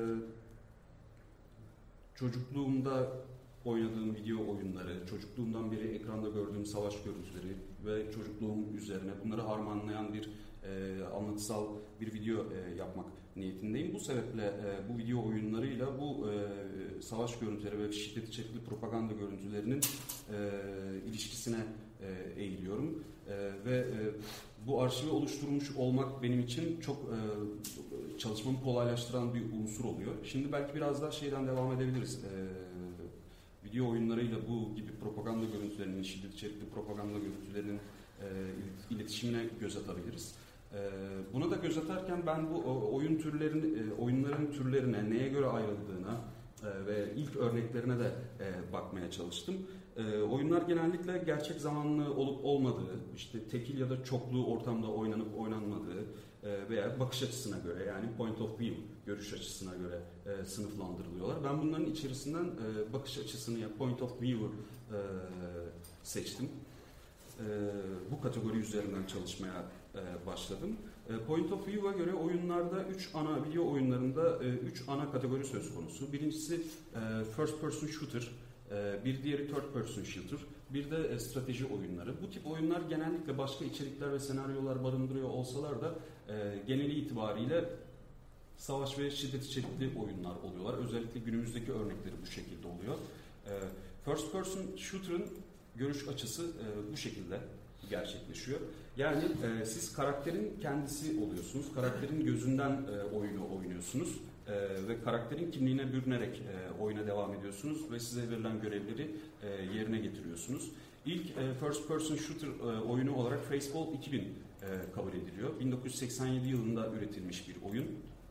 çocukluğumda oynadığım video oyunları, çocukluğumdan beri ekranda gördüğüm savaş görüntüleri ve çocukluğum üzerine bunları harmanlayan bir anlatısal bir video yapmak niyetindeyim. Bu sebeple bu video oyunlarıyla bu savaş görüntüleri ve şiddet içerikli propaganda görüntülerinin ilişkisine eğiliyorum. Ve bu arşivi oluşturmuş olmak benim için çok çalışmamı kolaylaştıran bir unsur oluyor. Şimdi belki biraz daha şeyden devam edebiliriz. Video oyunlarıyla bu gibi propaganda görüntülerinin, şiddet içerikli propaganda görüntülerinin iletişimine göz atabiliriz. Buna da göz atarken ben bu oyunların türlerine, neye göre ayrıldığına, ve ilk örneklerine de bakmaya çalıştım. Oyunlar genellikle gerçek zamanlı olup olmadığı, işte tekil ya da çoklu ortamda oynanıp oynanmadığı veya bakış açısına göre, yani point of view, görüş açısına göre sınıflandırılıyorlar. Ben bunların içerisinden bakış açısını, ya point of view'u seçtim. Bu kategori üzerinden çalışmaya başladım. Point of View'a göre oyunlarda video oyunlarında 3 ana kategori söz konusu. Birincisi First Person Shooter, bir diğeri Third Person Shooter, bir de strateji oyunları. Bu tip oyunlar genellikle başka içerikler ve senaryolar barındırıyor olsalar da geneli itibariyle savaş ve şiddet içerikli oyunlar oluyorlar. Özellikle günümüzdeki örnekleri bu şekilde oluyor. First Person Shooter'ın görüş açısı bu şekilde gerçekleşiyor. Yani siz karakterin kendisi oluyorsunuz. Karakterin gözünden oyunu oynuyorsunuz. Ve karakterin kimliğine bürünerek oyuna devam ediyorsunuz ve size verilen görevleri yerine getiriyorsunuz. İlk First Person Shooter oyunu olarak Faceball 2000 kabul ediliyor. 1987 yılında üretilmiş bir oyun.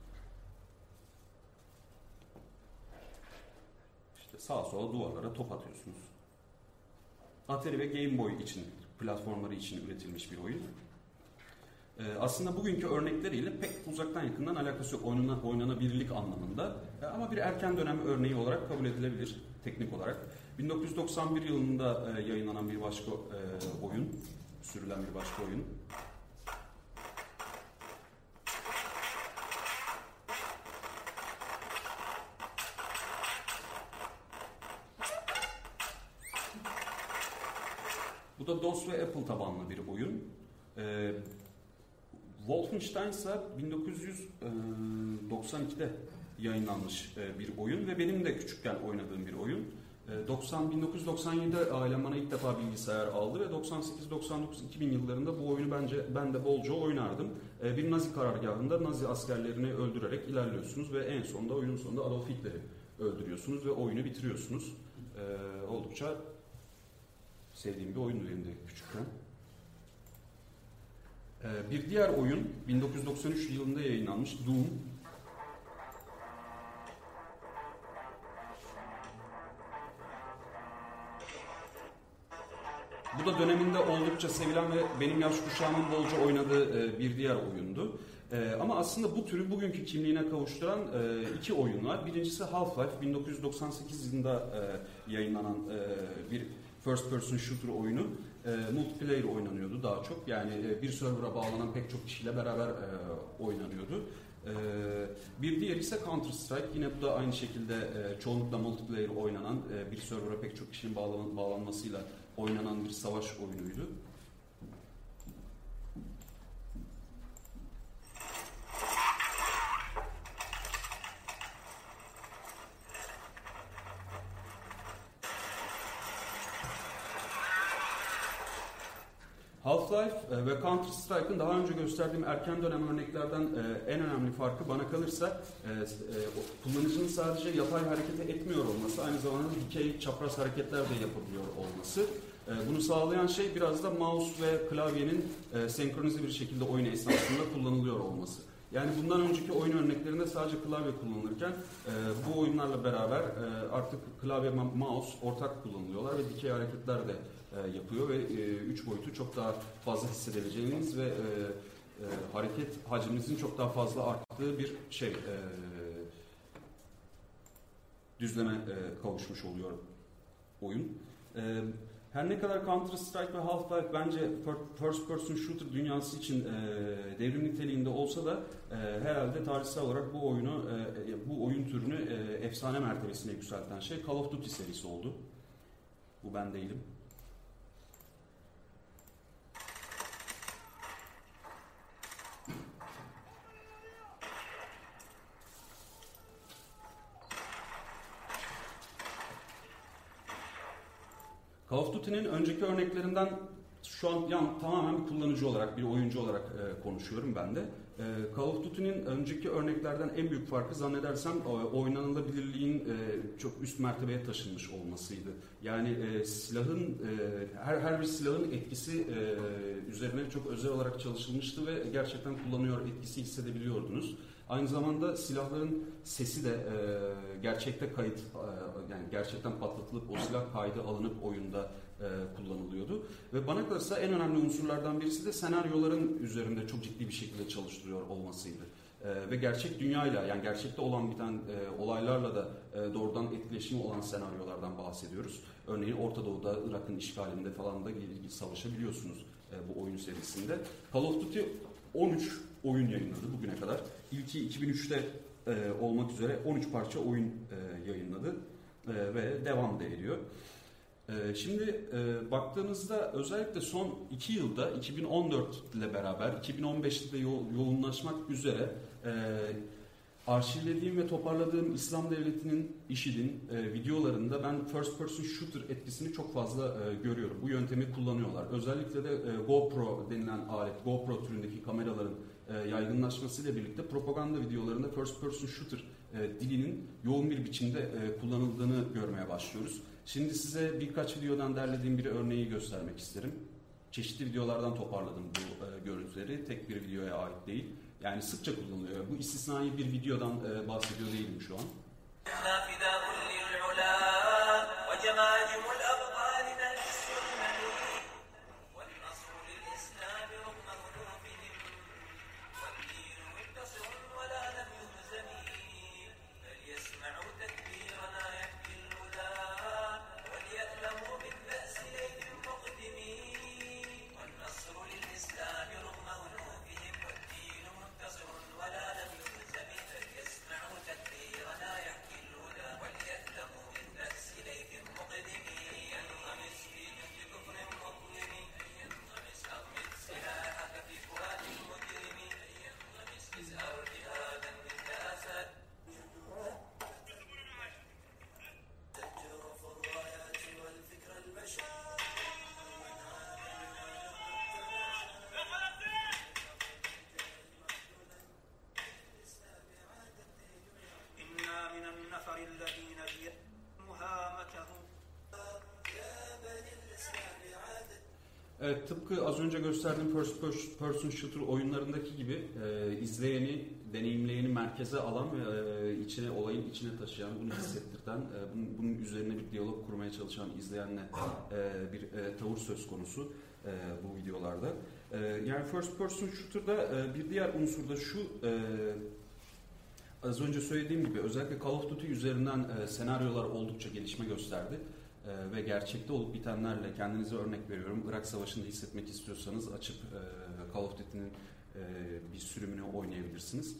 İşte sağa sola duvarlara top atıyorsunuz. Atari ve Game Boy için, platformları için üretilmiş bir oyun. Aslında bugünkü örnekleriyle pek uzaktan yakından alakası yok oynanabilirlik anlamında. Ama bir erken dönem örneği olarak kabul edilebilir teknik olarak. 1991 yılında yayınlanan bir başka oyun, sürülen bir başka oyun. Bu da DOS ve Apple tabanlı bir oyun. Wolfenstein ise 1992'de yayınlanmış bir oyun ve benim de küçükken oynadığım bir oyun. 1997'de ailem bana ilk defa bilgisayar aldı ve 98-99-2000 yıllarında bu oyunu ben de bolca oynardım. Bir Nazi karargahında Nazi askerlerini öldürerek ilerliyorsunuz ve en sonunda oyunun sonunda Adolf Hitler'i öldürüyorsunuz ve oyunu bitiriyorsunuz. Oldukça sevdiğim bir oyundu benim de küçükken. Bir diğer oyun 1993 yılında yayınlanmış Doom. Bu da döneminde oldukça sevilen ve benim yaş kuşağımın bolca oynadığı bir diğer oyundu. Ama aslında bu türü bugünkü kimliğine kavuşturan iki oyun var. Birincisi Half-Life 1998 yılında yayınlanan bir first person shooter oyunu. Multiplayer oynanıyordu daha çok. Yani bir server'a bağlanan pek çok kişiyle beraber oynanıyordu. Bir diğeri ise Counter Strike. Yine bu da aynı şekilde çoğunlukla multiplayer oynanan, bir server'a pek çok kişinin bağlanmasıyla oynanan bir savaş oyunuydu. Half-Life ve Counter Strike'ın daha önce gösterdiğim erken dönem örneklerden en önemli farkı bana kalırsa kullanıcının sadece yapay hareket etmiyor olması, aynı zamanda dikey, çapraz hareketler de yapabiliyor olması. Bunu sağlayan şey biraz da mouse ve klavyenin senkronize bir şekilde oyun esnasında kullanılıyor olması. Yani bundan önceki oyun örneklerinde sadece klavye kullanılırken bu oyunlarla beraber artık klavye ve mouse ortak kullanılıyorlar ve dikey hareketler de yapıyor ve 3 boyutu çok daha fazla hissedebileceğiniz ve hareket hacminizin çok daha fazla arttığı bir düzleme kavuşmuş oluyor oyun. Her ne kadar Counter Strike ve Half-Life bence first person shooter dünyası için devrim niteliğinde olsa da herhalde tarihsel olarak bu oyun türünü efsane mertebesine yükselten şey Call of Duty serisi oldu. Bu ben değilim. Call of Duty'nin önceki örneklerinden şu an tamamen bir kullanıcı olarak, bir oyuncu olarak konuşuyorum ben de. Call of Duty'nin önceki örneklerden en büyük farkı zannedersem oynanılabilirliğin çok üst mertebeye taşınmış olmasıydı. Yani her bir silahın etkisi üzerine çok özel olarak çalışılmıştı ve gerçekten kullanıyor etkisi hissedebiliyordunuz. Aynı zamanda silahların sesi de gerçekte kayıt, yani gerçekten patlatılıp o silah kaydı alınıp oyunda kullanılıyordu. Ve bana kalırsa en önemli unsurlardan birisi de senaryoların üzerinde çok ciddi bir şekilde çalıştırıyor olmasıydı. Ve gerçek dünyayla, yani gerçekte olan biten olaylarla da doğrudan etkileşimi olan senaryolardan bahsediyoruz. Örneğin Orta Doğu'da, Irak'ın işgalinde falan da savaşabiliyorsunuz bu oyun serisinde. Call of Duty 13 oyun yayınladı bugüne kadar. İlki 2003'te olmak üzere 13 parça oyun yayınladı ve devam da ediyor. Şimdi baktığınızda özellikle son 2 yılda 2014 ile beraber 2015'te de yoğunlaşmak üzere arşivlediğim ve toparladığım İslam Devleti'nin, IŞİD'in videolarında ben first person shooter etkisini çok fazla görüyorum. Bu yöntemi kullanıyorlar. Özellikle de GoPro denilen alet, GoPro türündeki kameraların yaygınlaşmasıyla birlikte propaganda videolarında first person shooter dilinin yoğun bir biçimde kullanıldığını görmeye başlıyoruz. Şimdi size birkaç videodan derlediğim bir örneği göstermek isterim. Çeşitli videolardan toparladım bu görüntüleri. Tek bir videoya ait değil. Yani sıkça kullanılıyor. Bu istisnai bir videodan bahsediyor değilim şu an. Evet, tıpkı az önce gösterdiğim first person shooter oyunlarındaki gibi izleyeni, deneyimleyeni merkeze alan ve olayın içine taşıyan, bunu hissettirten, bunun üzerine bir diyalog kurmaya çalışan izleyenle bir tavır söz konusu bu videolarda. Yani first person shooter'da bir diğer unsur da şu, az önce söylediğim gibi özellikle Call of Duty üzerinden senaryolar oldukça gelişme gösterdi. Ve gerçekte olup bitenlerle kendinize örnek veriyorum. Irak Savaşı'nda hissetmek istiyorsanız açıp Call of Duty'nin bir sürümünü oynayabilirsiniz.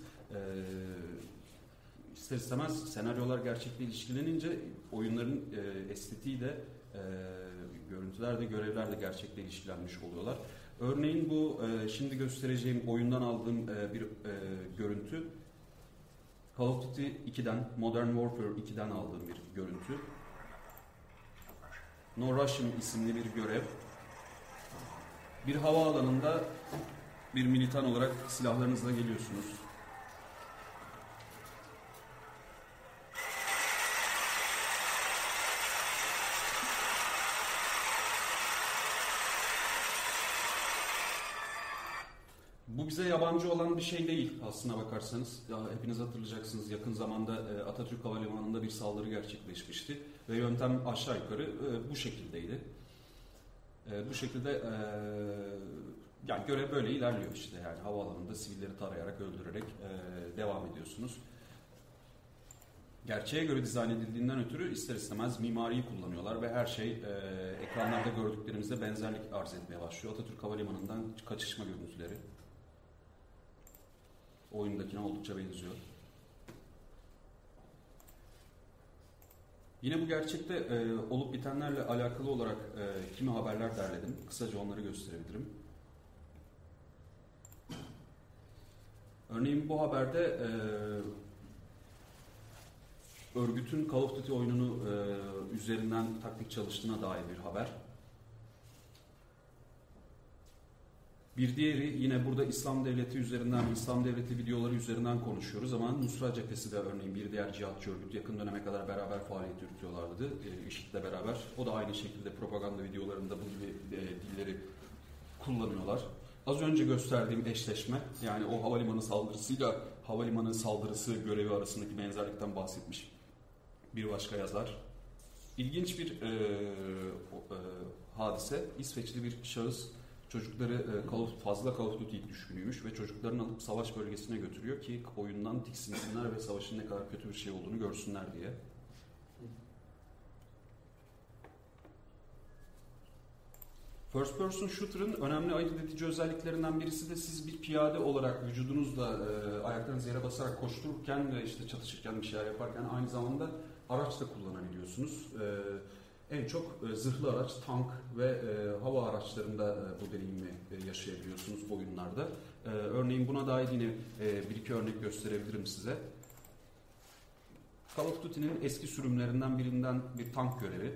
İster istemez senaryolar gerçekle ilişkilenince oyunların estetiği de görüntüler de görevler de gerçekle ilişkilenmiş oluyorlar. Örneğin bu şimdi göstereceğim oyundan aldığım bir görüntü Call of Duty 2'den, Modern Warfare 2'den aldığım bir görüntü. No Russian isimli bir görev. Bir havaalanında bir militan olarak silahlarınızla geliyorsunuz. Bu bize yabancı olan bir şey değil aslına bakarsanız. Ya, hepiniz hatırlayacaksınız, yakın zamanda Atatürk Havalimanı'nda bir saldırı gerçekleşmişti. Ve yöntem aşağı yukarı bu şekildeydi. Bu şekilde yani görev böyle ilerliyor işte. Yani havaalanında sivilleri tarayarak, öldürerek devam ediyorsunuz. Gerçeğe göre dizayn edildiğinden ötürü ister istemez mimariyi kullanıyorlar ve her şey ekranlarda gördüklerimizde benzerlik arz etmeye başlıyor. Atatürk Havalimanı'ndan kaçışma görüntüleri oyundakine oldukça benziyor. Yine bu gerçekte olup bitenlerle alakalı olarak kimi haberler derledim. Kısaca onları gösterebilirim. Örneğin bu haberde örgütün Call of Duty oyununu üzerinden taktik çalıştığına dair bir haber. Bir diğeri yine burada İslam Devleti üzerinden, İslam Devleti videoları üzerinden konuşuyoruz ama Nusra Cephesi de örneğin bir diğer cihatçı örgüt, yakın döneme kadar beraber faaliyet yürütüyorlardı IŞİD'le beraber. O da aynı şekilde propaganda videolarında bu gibi dilleri kullanıyorlar. Az önce gösterdiğim eşleşme, yani o havalimanı saldırısıyla havalimanı saldırısı görevi arasındaki benzerlikten bahsetmiş bir başka yazar. İlginç bir hadise. İsveçli bir şahıs çocukları fazla Call of Duty düşkünüymüş ve çocuklarını alıp savaş bölgesine götürüyor ki oyundan tiksinsinler ve savaşın ne kadar kötü bir şey olduğunu görsünler diye. First person shooter'ın önemli ayırt edici özelliklerinden birisi de siz bir piyade olarak vücudunuzla ayaklarınızı yere basarak koştururken ve işte çatışırken bir şeyler yaparken aynı zamanda araç da kullanabiliyorsunuz. En çok zırhlı araç, tank ve hava araçlarında bu deneyimi yaşayabiliyorsunuz oyunlarda. Örneğin buna dair yine bir iki örnek gösterebilirim size. Call of Duty'nin eski sürümlerinden birinden bir tank görevi.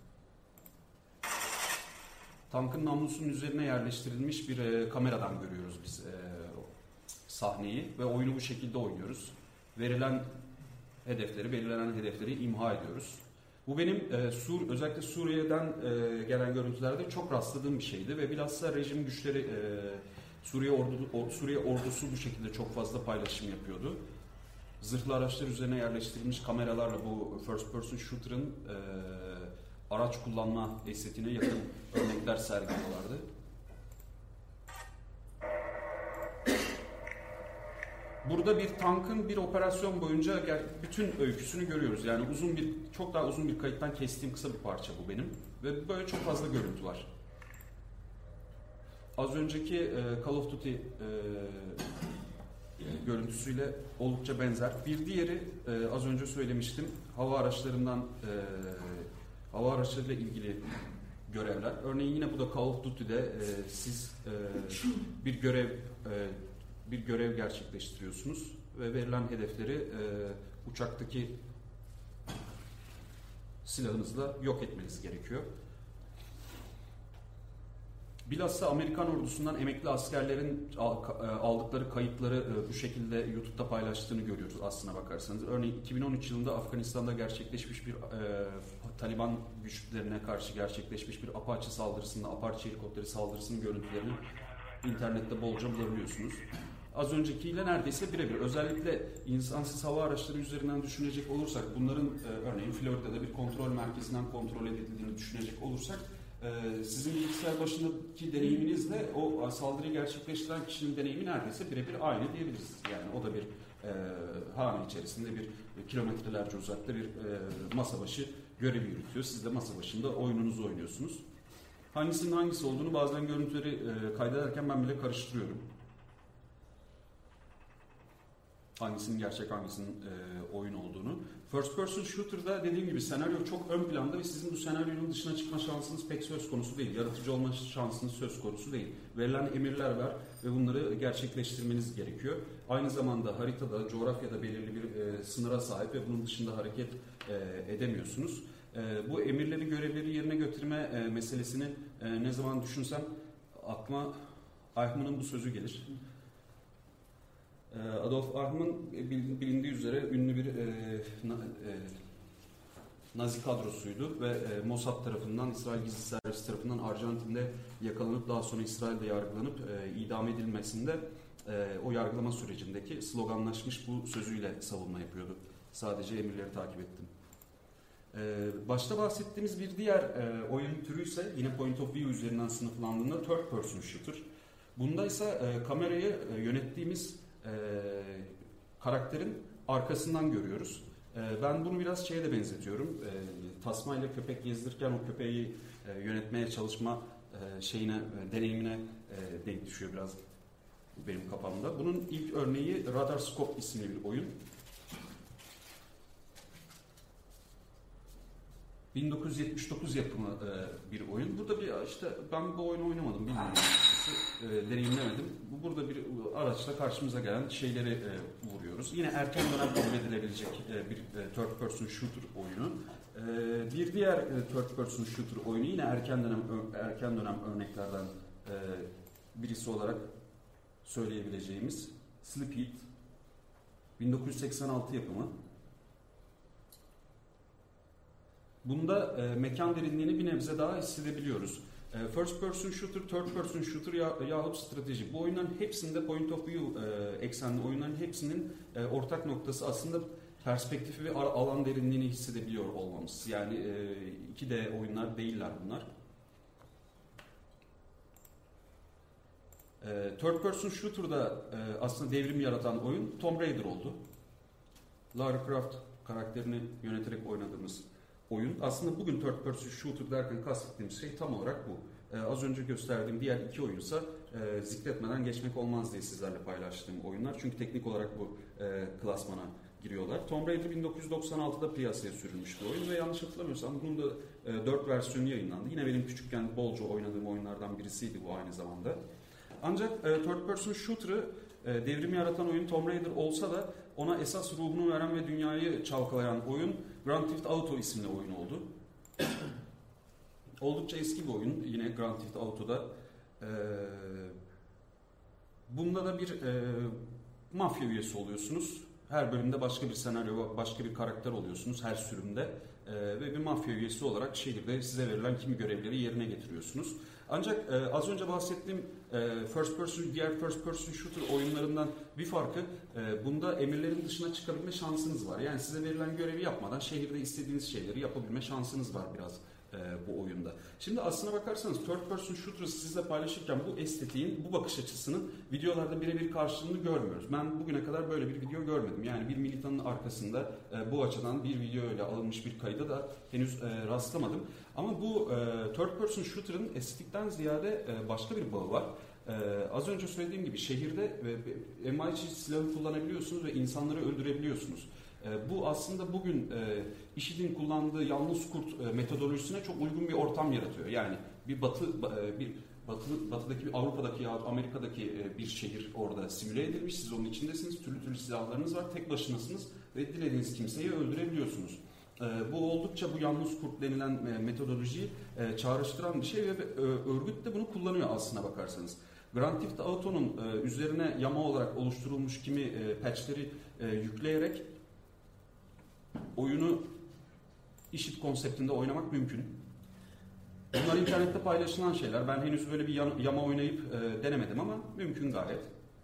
Tankın namlusunun üzerine yerleştirilmiş bir kameradan görüyoruz biz sahneyi ve oyunu bu şekilde oynuyoruz. Belirlenen hedefleri imha ediyoruz. Bu benim özellikle Suriye'den gelen görüntülerde çok rastladığım bir şeydi ve bilhassa rejim güçleri Suriye ordusu bu şekilde çok fazla paylaşım yapıyordu. Zırhlı araçlar üzerine yerleştirilmiş kameralarla bu first person shooter'ın araç kullanma estetiğine yakın örnekler sergiliyorlardı. Burada bir tankın bir operasyon boyunca bütün öyküsünü görüyoruz. Yani çok daha uzun bir kayıttan kestiğim kısa bir parça bu benim. Ve böyle çok fazla görüntü var. Az önceki Call of Duty görüntüsüyle oldukça benzer. Bir diğeri az önce söylemiştim. Hava araçlarıyla ilgili görevler. Örneğin yine bu da Call of Duty'de siz bir görev gerçekleştiriyorsunuz ve verilen hedefleri uçaktaki silahınızla yok etmeniz gerekiyor. Bilhassa Amerikan ordusundan emekli askerlerin aldıkları kayıtları bu şekilde YouTube'da paylaştığını görüyoruz aslına bakarsanız. Örneğin 2013 yılında Afganistan'da gerçekleşmiş bir Taliban güçlerine karşı gerçekleşmiş bir Apache saldırısında, Apache helikopteri saldırısının görüntülerini internette bolca bulabiliyorsunuz. Az öncekiyle neredeyse birebir. Özellikle insansız hava araçları üzerinden düşünecek olursak, bunların örneğin Florida'da bir kontrol merkezinden kontrol edildiğini düşünecek olursak, sizin bilgisayar başındaki deneyiminizle o saldırıyı gerçekleştiren kişinin deneyimi neredeyse birebir aynı diyebiliriz. Yani o da bir hane içerisinde bir kilometrelerce uzakta bir masa başı görevi yürütüyor. Siz de masa başında oyununuzu oynuyorsunuz. Hangisinin hangisi olduğunu bazen görüntüleri kaydederken ben bile karıştırıyorum. Hangisinin gerçek, hangisinin oyun olduğunu. First person shooter'da dediğim gibi senaryo çok ön planda ve sizin bu senaryonun dışına çıkma şansınız pek söz konusu değil. Yaratıcı olma şansınız söz konusu değil. Verilen emirler var ve bunları gerçekleştirmeniz gerekiyor. Aynı zamanda haritada, coğrafyada belirli bir sınıra sahip ve bunun dışında hareket edemiyorsunuz. Bu emirleri, görevleri yerine götürme meselesini ne zaman düşünsem aklıma Eichmann'ın bu sözü gelir. Adolf Eichmann bilindiği üzere ünlü bir Nazi kadrosuydu ve Mossad tarafından, İsrail Gizli Servisi tarafından Arjantin'de yakalanıp daha sonra İsrail'de yargılanıp idam edilmesinde o yargılama sürecindeki sloganlaşmış bu sözüyle savunma yapıyordu. Sadece emirleri takip ettim. Başta bahsettiğimiz bir diğer oyun türü ise yine point of view üzerinden sınıflandığında third person shooter. Bunda ise kamerayı yönettiğimiz karakterin arkasından görüyoruz. Ben bunu biraz şeye de benzetiyorum. Tasmayla köpek gezdirirken o köpeği yönetmeye çalışma deneyimine denk düşüyor biraz benim kafamda. Bunun ilk örneği Radar Scope isimli bir oyun. 1979 yapımı bir oyun. Burada ben bu oyunu oynamadım, bilmiyorum. Deneyimlemedim. Burada bir araçla karşımıza gelen şeyleri vuruyoruz. Yine erken dönem kabul edilebilecek bir third person shooter oyunu. Bir diğer third person shooter oyunu yine erken dönem örneklerden birisi olarak söyleyebileceğimiz Sleep Heat. 1986 yapımı. Bunda mekan derinliğini bir nebze daha hissedebiliyoruz. First person shooter, third person shooter yahut strateji. Bu oyunların hepsinde point of view eksenli oyunların hepsinin ortak noktası aslında perspektifi ve alan derinliğini hissedebiliyor olmamız. Yani 2D oyunlar değiller bunlar. Third person shooter'da aslında devrim yaratan oyun Tomb Raider oldu. Lara Croft karakterini yöneterek oynadığımız oyun. Aslında bugün third person shooter derken kastettiğimiz şey tam olarak bu. Az önce gösterdiğim diğer iki oyunsa zikretmeden geçmek olmaz diye sizlerle paylaştığım oyunlar. Çünkü teknik olarak bu klasmana giriyorlar. Tomb Raider 1996'da piyasaya sürülmüş bir oyun ve yanlış hatırlamıyorsam bunun da 4 versiyonu yayınlandı. Yine benim küçükken bolca oynadığım oyunlardan birisiydi bu aynı zamanda. Ancak third person shooter'ı devrimi yaratan oyun Tomb Raider olsa da ona esas ruhunu veren ve dünyayı çalkalayan oyun Grand Theft Auto isimli oyun oldu. Oldukça eski bir oyun yine Grand Theft Auto'da. Bunda da bir mafya üyesi oluyorsunuz. Her bölümde başka bir senaryo, başka bir karakter oluyorsunuz her sürümde. Ve bir mafya üyesi olarak şehirde size verilen kimi görevleri yerine getiriyorsunuz. Ancak az önce bahsettiğim diğer first person shooter oyunlarından bir farkı bunda emirlerin dışına çıkabilme şansınız var. Yani size verilen görevi yapmadan şehirde istediğiniz şeyleri yapabilme şansınız var biraz bu oyunda. Şimdi aslına bakarsanız third person shooter'ı sizle paylaşırken bu estetiğin, bu bakış açısının videolarda birebir karşılığını görmüyoruz. Ben bugüne kadar böyle bir video görmedim. Yani bir militanın arkasında bu açıdan bir video ile alınmış bir kayda da henüz rastlamadım. Ama bu third person shooter'ın estetikten ziyade başka bir bağı var. Az önce söylediğim gibi şehirde MI5 silahı kullanabiliyorsunuz ve insanları öldürebiliyorsunuz. Bu aslında bugün IŞİD'in kullandığı yalnız kurt metodolojisine çok uygun bir ortam yaratıyor. Yani bir batıdaki, Avrupa'daki ya Amerika'daki bir şehir orada simüle edilmiş. Siz onun içindesiniz, türlü türlü silahlarınız var, tek başınasınız ve dilediğiniz kimseyi öldürebiliyorsunuz. Bu oldukça bu yalnız kurt denilen metodolojiyi çağrıştıran bir şey ve örgüt de bunu kullanıyor aslına bakarsanız. Grand Theft Auto'nun üzerine yama olarak oluşturulmuş kimi patchleri yükleyerek oyunu IŞİD konseptinde oynamak mümkün. Bunlar internette paylaşılan şeyler. Ben henüz böyle bir yama oynayıp denemedim ama mümkün gayet.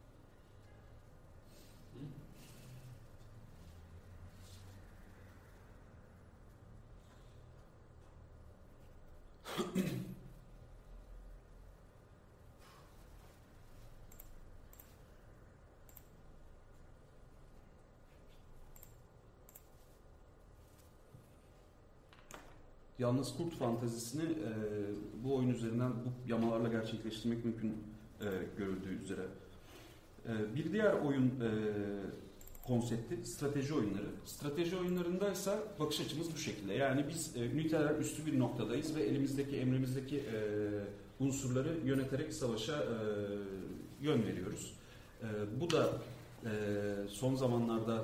Yalnız kurt fantezisini bu oyun üzerinden bu yamalarla gerçekleştirmek mümkün görüldüğü üzere. Bir diğer oyun konsepti strateji oyunları. Strateji oyunlarındaysa bakış açımız bu şekilde. Yani biz üniteler üstü bir noktadayız ve elimizdeki, emrimizdeki unsurları yöneterek savaşa yön veriyoruz. Bu da son zamanlarda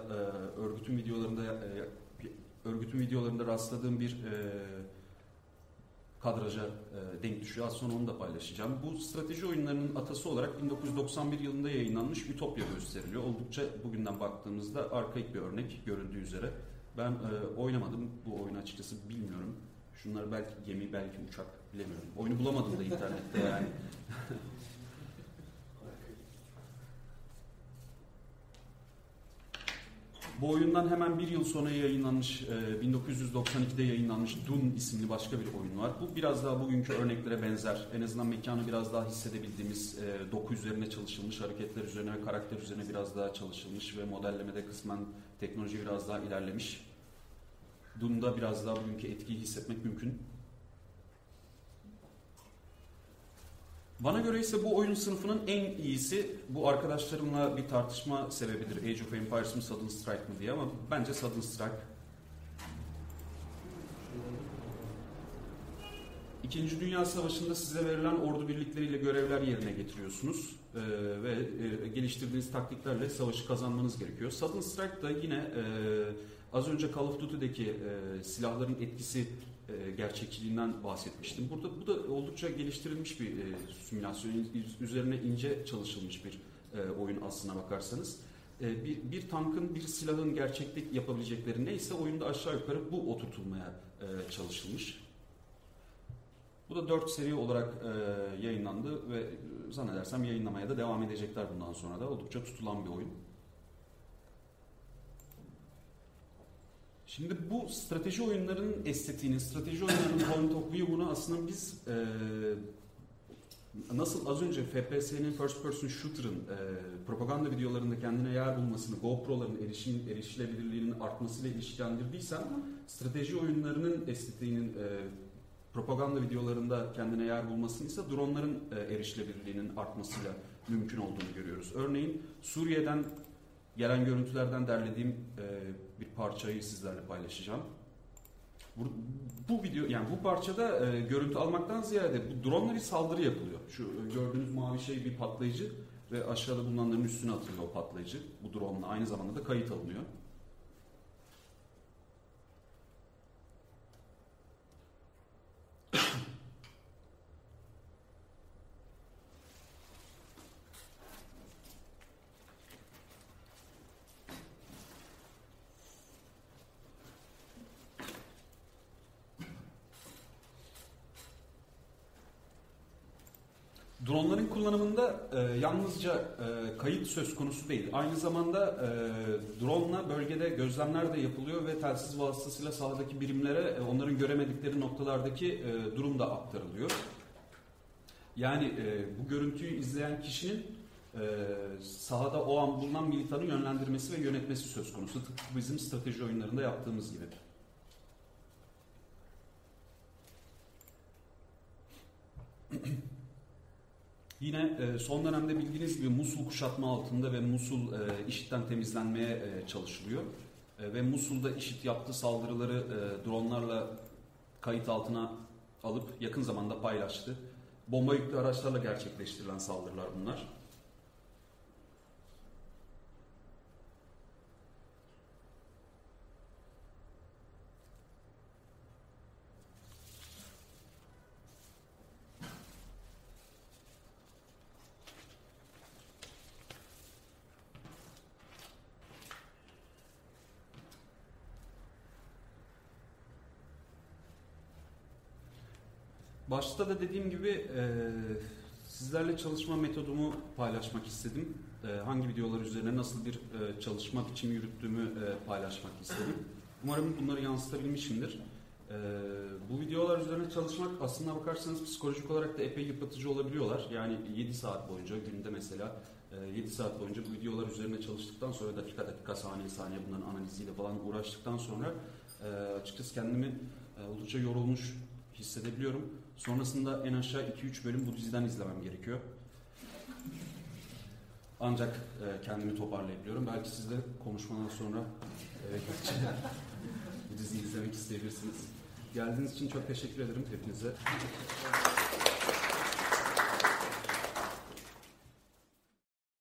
örgütün videolarında rastladığım bir kadraja denk düşüyor. Az sonra onu da paylaşacağım. Bu strateji oyunlarının atası olarak 1991 yılında yayınlanmış Ütopya gösteriliyor. Oldukça bugünden baktığımızda arkaik bir örnek görüldüğü üzere. Ben oynamadım bu oyunu açıkçası bilmiyorum. Şunlar belki gemi, belki uçak bilemiyorum. Oyunu bulamadım da internette yani. Bu oyundan hemen bir yıl sonra yayınlanmış, 1992'de yayınlanmış Dune isimli başka bir oyun var. Bu biraz daha bugünkü örneklere benzer. En azından mekanı biraz daha hissedebildiğimiz, doku üzerine çalışılmış, hareketler üzerine ve karakter üzerine biraz daha çalışılmış ve modellemede kısmen teknoloji biraz daha ilerlemiş. Dune'da biraz daha bugünkü etkiyi hissetmek mümkün. Bana göre ise bu oyun sınıfının en iyisi, bu arkadaşlarımla bir tartışma sebebidir. Age of Empires mı, Sudden Strike mı diye, ama bence Sudden Strike. İkinci Dünya Savaşı'nda size verilen ordu birlikleriyle görevler yerine getiriyorsunuz ve geliştirdiğiniz taktiklerle savaşı kazanmanız gerekiyor. Sudden Strike da yine az önce Call of Duty'deki silahların etkisi gerçekçiliğinden bahsetmiştim. Bu da oldukça geliştirilmiş bir simülasyon, üzerine ince çalışılmış bir oyun aslına bakarsanız. Bir tankın, bir silahın gerçeklik yapabilecekleri neyse oyunda aşağı yukarı bu oturtulmaya çalışılmış. Bu da 4 seri olarak yayınlandı ve zannedersem yayınlamaya da devam edecekler bundan sonra da. Oldukça tutulan bir oyun. Şimdi bu strateji oyunlarının estetiğini, strateji oyunlarının point of view'unu aslında biz nasıl az önce FPS'nin, First Person Shooter'ın propaganda videolarında kendine yer bulmasını, GoPro'ların erişilebilirliğinin artmasıyla ilişkilendirdiysem, strateji oyunlarının estetiğinin propaganda videolarında kendine yer bulmasını ise dronların erişilebilirliğinin artmasıyla mümkün olduğunu görüyoruz. Örneğin Suriye'den gelen görüntülerden derlediğim bir parçayı sizlerle paylaşacağım. Bu video, yani bu parçada görüntü almaktan ziyade bu drone'la bir saldırı yapılıyor. Şu gördüğünüz mavi şey bir patlayıcı ve aşağıda bulunanların üstüne atılıyor o patlayıcı. Bu drone'la aynı zamanda da kayıt alınıyor. Dronların kullanımında yalnızca kayıt söz konusu değil. Aynı zamanda drone'la bölgede gözlemler de yapılıyor ve telsiz vasıtasıyla sahadaki birimlere onların göremedikleri noktalardaki durum da aktarılıyor. Yani bu görüntüyü izleyen kişinin sahada o an bulunan militanı yönlendirmesi ve yönetmesi söz konusu. Tıpkı bizim strateji oyunlarında yaptığımız gibi. Yine son dönemde bildiğiniz gibi Musul kuşatma altında ve Musul IŞİD'den temizlenmeye çalışılıyor. Ve Musul'da IŞİD yaptığı saldırıları dronlarla kayıt altına alıp yakın zamanda paylaştı. Bomba yüklü araçlarla gerçekleştirilen saldırılar bunlar. Başta da dediğim gibi sizlerle çalışma metodumu paylaşmak istedim. Hangi videolar üzerine nasıl bir çalışma biçimi yürüttüğümü paylaşmak istedim. Umarım bunları yansıtabilmişimdir. Bu videolar üzerine çalışmak aslına bakarsanız psikolojik olarak da epey yıpratıcı olabiliyorlar. Yani 7 saat boyunca günde mesela 7 saat boyunca bu videolar üzerine çalıştıktan sonra dakika saniye saniye bunların analiziyle falan uğraştıktan sonra açıkçası kendimi oldukça yorulmuş hissedebiliyorum. Sonrasında en aşağı 2-3 bölüm bu diziden izlemem gerekiyor. Ancak kendimi toparlayabiliyorum. Belki siz de konuşmadan sonra bu diziyi izlemek isteyebilirsiniz. Geldiğiniz için çok teşekkür ederim hepinize.